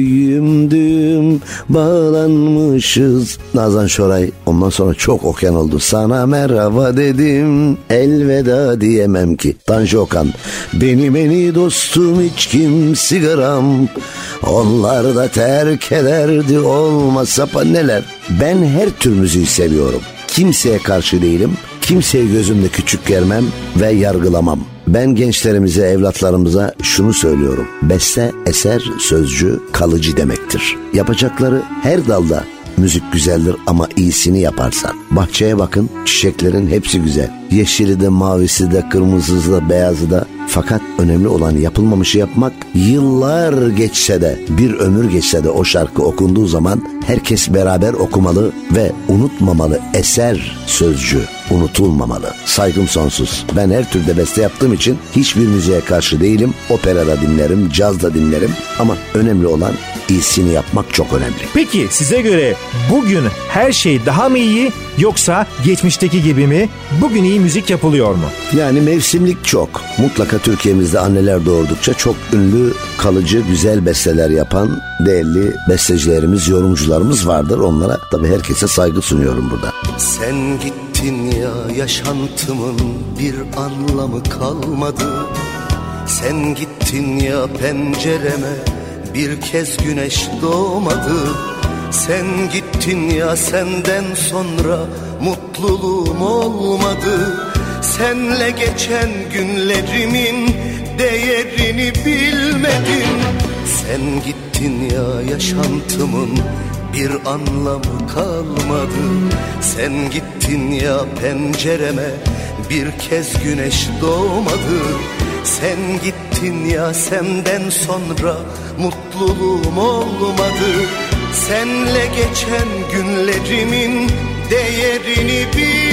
Düğüm bağlanmışız. Nazan Şoray. Ondan sonra çok okuyan oldu. Sana merhaba dedim, elveda diyemem ki. Tanju Okan. Beni dostum içkim sigaram, onlar da terk ederdi olmasa neler. Ben her tür müziği seviyorum. Kimseye karşı değilim. Kimseyi gözümde küçük görmem ve yargılamam. Ben gençlerimize, evlatlarımıza şunu söylüyorum. Beste, eser, sözcü, kalıcı demektir. Yapacakları her dalda müzik güzeldir ama iyisini yaparsan. Bahçeye bakın, çiçeklerin hepsi güzel. Yeşili de, mavisi de, kırmızısı da, beyazı da. Fakat önemli olan yapılmamışı yapmak. Yıllar geçse de, bir ömür geçse de o şarkı okunduğu zaman herkes beraber okumalı ve unutmamalı. Eser, sözcü unutulmamalı. Saygım sonsuz. Ben her türde beste yaptığım için hiçbir müziğe karşı değilim. Opera da dinlerim, caz da dinlerim ama önemli olan iyisini yapmak çok önemli. Peki size göre bugün her şey daha mı iyi yoksa geçmişteki gibi mi? Bugün iyi müzik yapılıyor mu? Yani mevsimlik çok. Mutlaka Türkiye'mizde anneler doğurdukça çok ünlü, kalıcı, güzel besteler yapan değerli bestecilerimiz, yorumcularımız vardır. Onlara tabii herkese saygı sunuyorum burada. Sen gittin ya, yaşantımın bir anlamı kalmadı. Sen gittin ya, pencereme bir kez güneş doğmadı. Sen gittin ya, senden sonra mutluluğum olmadı. Senle geçen günlerimin değerini bilmedim. Sen gittin ya, yaşantımın bir anlamı kalmadı. Sen gittin ya, pencereme bir kez güneş doğmadı. Sen gittin ya, senden sonra mutluluğum olmadı. Senle geçen günlerimin değerini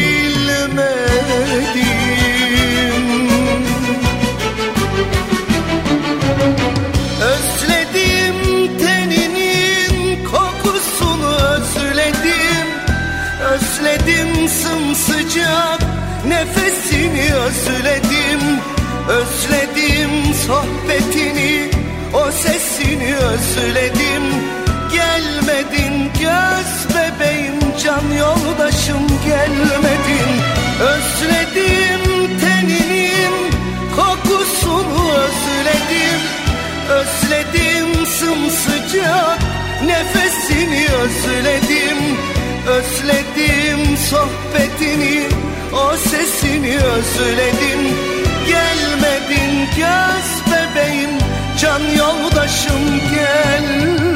bilmedim. Özledim teninin kokusunu, özledim. Özledim sımsıcak nefesini, özledim. Özledim sohbetini, o sesini özledim. Gelmedin göz bebeğim, can yoldaşım gelmedin. Özledim teninin kokusunu, özledim. Özledim sımsıcak nefesini, özledim. Özledim sohbetini, o sesini özledim. Gelmedin göz bebeğim, can yoldaşım gel.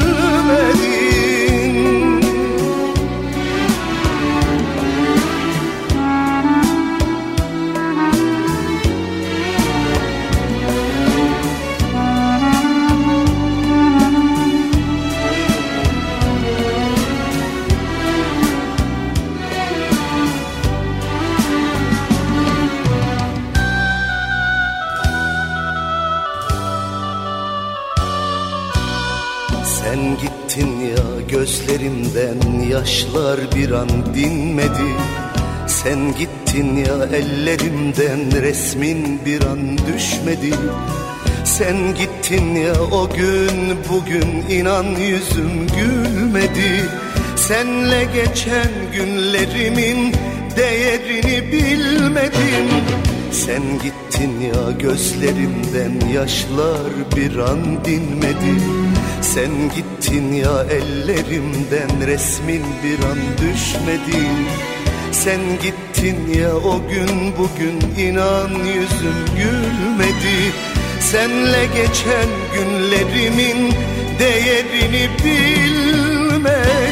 gittin ya, gözlerimden yaşlar bir an dinmedi. Sen gittin ya, ellerimden resmin bir an düşmedi. Sen gittin ya, o gün bugün inan yüzüm gülmedi. Senle geçen günlerimin değerini bilmedim. Sen gittin ya, gözlerimden yaşlar bir an dinmedi. Sen gittin ya, ellerimden resmin bir an düşmedi. Sen gittin ya, o gün bugün inan yüzüm gülmedi. Senle geçen günlerimin değerini bilmedim.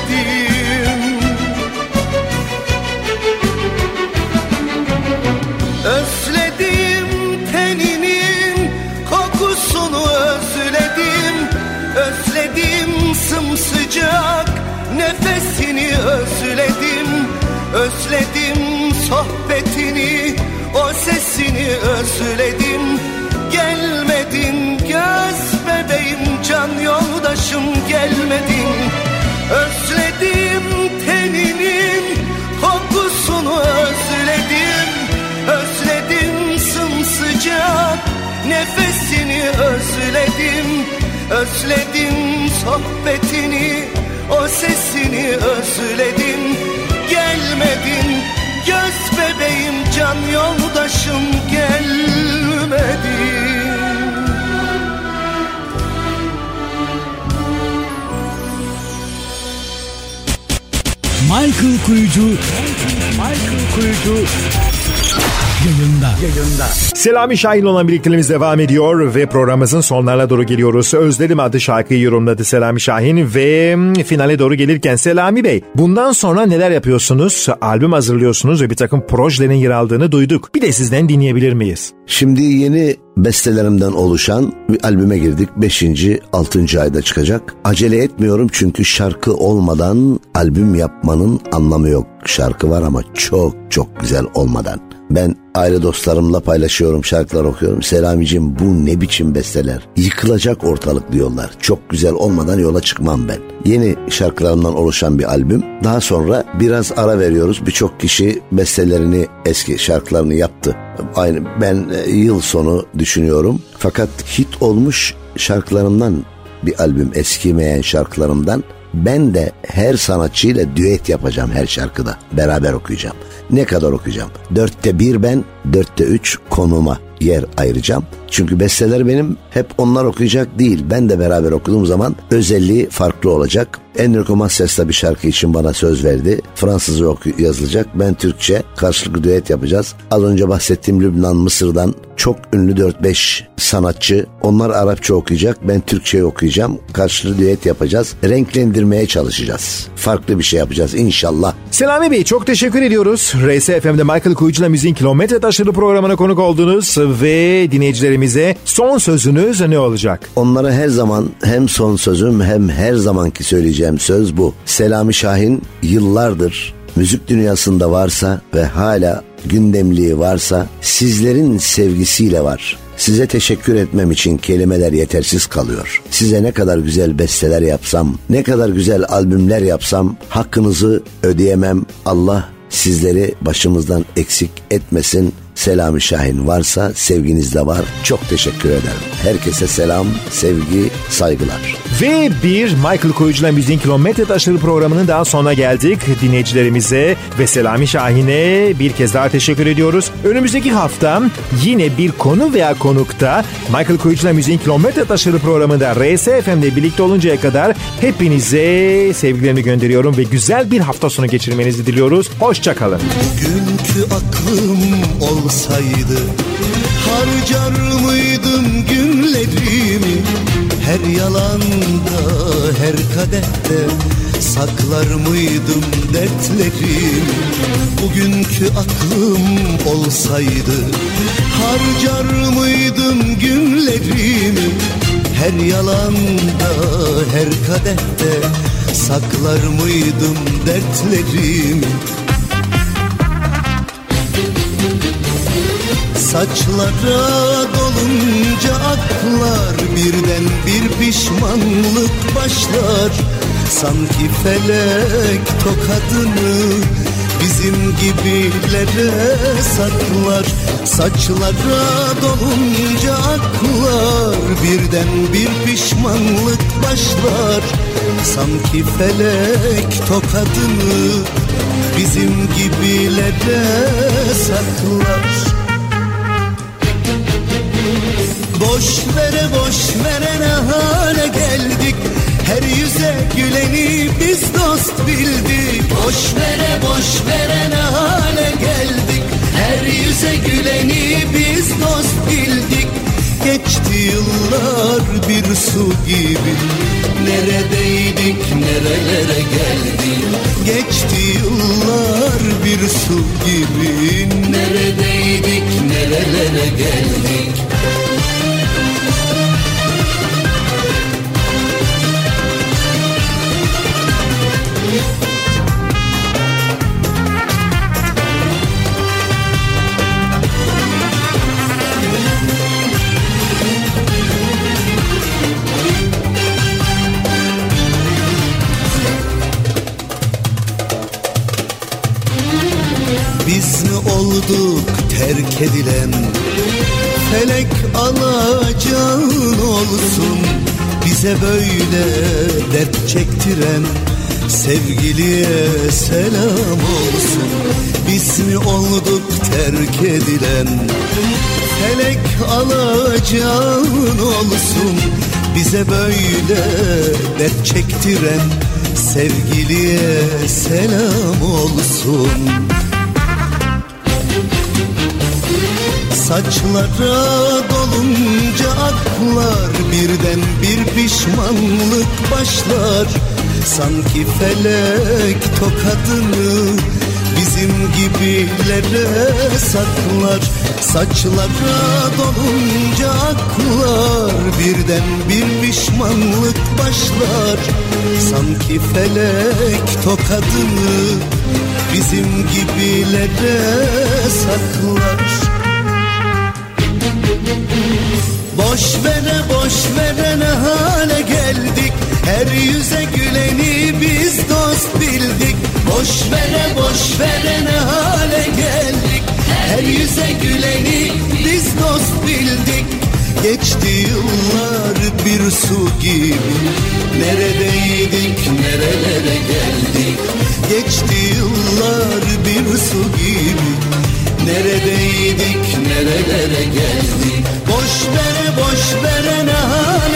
Özledim teninin kokusunu, özledim. Özledim sımsıcak nefesini, özledim. Özledim sohbetini, o sesini özledim. Gelmedin göz bebeğim, can yoldaşım gelmedin. Özledim teninin kokusunu, özledim. Özledim sımsıcak nefesini, özledim. Özledim sohbetini, o sesini özledim. Gelmedin göz bebeğim, can yoldaşım gelmedin. Michael Kuyucu yayında. Selami Şahin'le birlikteliğimiz devam ediyor ve programımızın sonlarına doğru geliyoruz. Özledim adlı şarkıyı yorumladı Selami Şahin ve finale doğru gelirken Selami Bey, bundan sonra neler yapıyorsunuz? Albüm hazırlıyorsunuz ve bir takım projelerin yer aldığını duyduk. Bir de sizden dinleyebilir miyiz? Şimdi yeni bestelerimden oluşan bir albüme girdik. 5. 6. ayda çıkacak. Acele etmiyorum çünkü şarkı olmadan albüm yapmanın anlamı yok. Şarkı var ama çok çok güzel olmadan. Ben aile dostlarımla paylaşıyorum, şarkılar okuyorum. Selamicim, bu ne biçim besteler? Yıkılacak ortalık diyorlar. Çok güzel olmadan yola çıkmam ben. Yeni şarkılarımdan oluşan bir albüm. Daha sonra biraz ara veriyoruz. Birçok kişi bestelerini, eski şarkılarını yaptı. Aynı ben yıl sonu düşünüyorum. Fakat hit olmuş şarkılarımdan bir albüm, eskimeyen şarkılarımdan. Ben de her sanatçıyla düet yapacağım her şarkıda. Beraber okuyacağım. Ne kadar okuyacağım? 4'te 1 ben, 4'te 3 konuma yer ayıracağım. Çünkü besteler benim, hep onlar okuyacak değil. Ben de beraber okuduğum zaman özelliği farklı olacak. Enrico Macias'ta bir şarkı için bana söz verdi. Fransızca yazılacak. Ben Türkçe karşılıklı düet yapacağız. Az önce bahsettiğim Lübnan, Mısır'dan çok ünlü 4-5 sanatçı. Onlar Arapça okuyacak. Ben Türkçe okuyacağım. Karşılıklı düet yapacağız. Renklendirmeye çalışacağız. Farklı bir şey yapacağız inşallah. Selami Bey, çok teşekkür ediyoruz. RSFM'de Michael Kuyucu'la Müziğin Kilometre Taşları programına konuk oldunuz ve dinleyicilerimize son sözünüz ne olacak? Onlara her zaman hem son sözüm hem her zamanki söyleyeceğim söz bu. Selami Şahin yıllardır müzik dünyasında varsa ve hala gündemliği varsa sizlerin sevgisiyle var. Size teşekkür etmem için kelimeler yetersiz kalıyor. Size ne kadar güzel besteler yapsam, ne kadar güzel albümler yapsam hakkınızı ödeyemem. Allah sizleri başımızdan eksik etmesin. Selami Şahin varsa sevginiz de var. Çok teşekkür ederim. Herkese selam, sevgi, saygılar. Ve bir Michael Kuyucu'la Müziğin Kilometre Taşları programının daha sonuna geldik. Dinleyicilerimize ve Selami Şahin'e bir kez daha teşekkür ediyoruz. Önümüzdeki hafta yine bir konu veya konukta Michael Kuyucu'la Müziğin Kilometre Taşları programında RSFM'de birlikte oluncaya kadar hepinize sevgilerimi gönderiyorum ve güzel bir hafta sonu geçirmenizi diliyoruz. Hoşçakalın. Günkü aklım olsaydı harcar mıydım günlerimi? Her yalanda, her kadehte saklar mıydım dertlerimi? Bugünkü aklım olsaydı harcar mıydım günlerimi? Her yalanda, her kadehte saklar mıydım dertlerimi? Saçlara dolunca aklar, birden bir pişmanlık başlar. Sanki felek tokadını bizim gibilere saklar. Saçlara dolunca aklar, birden bir pişmanlık başlar. Sanki felek tokadını bizim gibilere saklar. Boş vere ne hale geldik, her yüze güleni biz dost bildik. Boş vere ne hale geldik, her yüze güleni biz dost bildik. Geçti yıllar bir su gibi, neredeydik nerelere geldik. Geçti yıllar bir su gibi, neredeydik nerelere geldik. Biz mi olduk terk edilen, felek alacağın olsun. Bize böyle dert çektiren, sevgiliye selam olsun. Biz mi olduk terk edilen, felek alacağın olsun. Bize böyle dert çektiren, sevgiliye selam olsun. Saçlara dolunca aklar, birden bir pişmanlık başlar. Sanki felek tokadını bizim gibilere saklar. Saçlara dolunca aklar, birden bir pişmanlık başlar. Sanki felek tokadını bizim gibilere saklar. Boş vere ne hale geldik, her yüze güleni biz dost bildik. Boş vere ne hale geldik, her yüze güleni biz dost bildik. Geçti yıllar bir su gibi, neredeydik nerelere geldik. Geçti yıllar bir su gibi, neredeydik nerelere geldik. Boş vere ne hale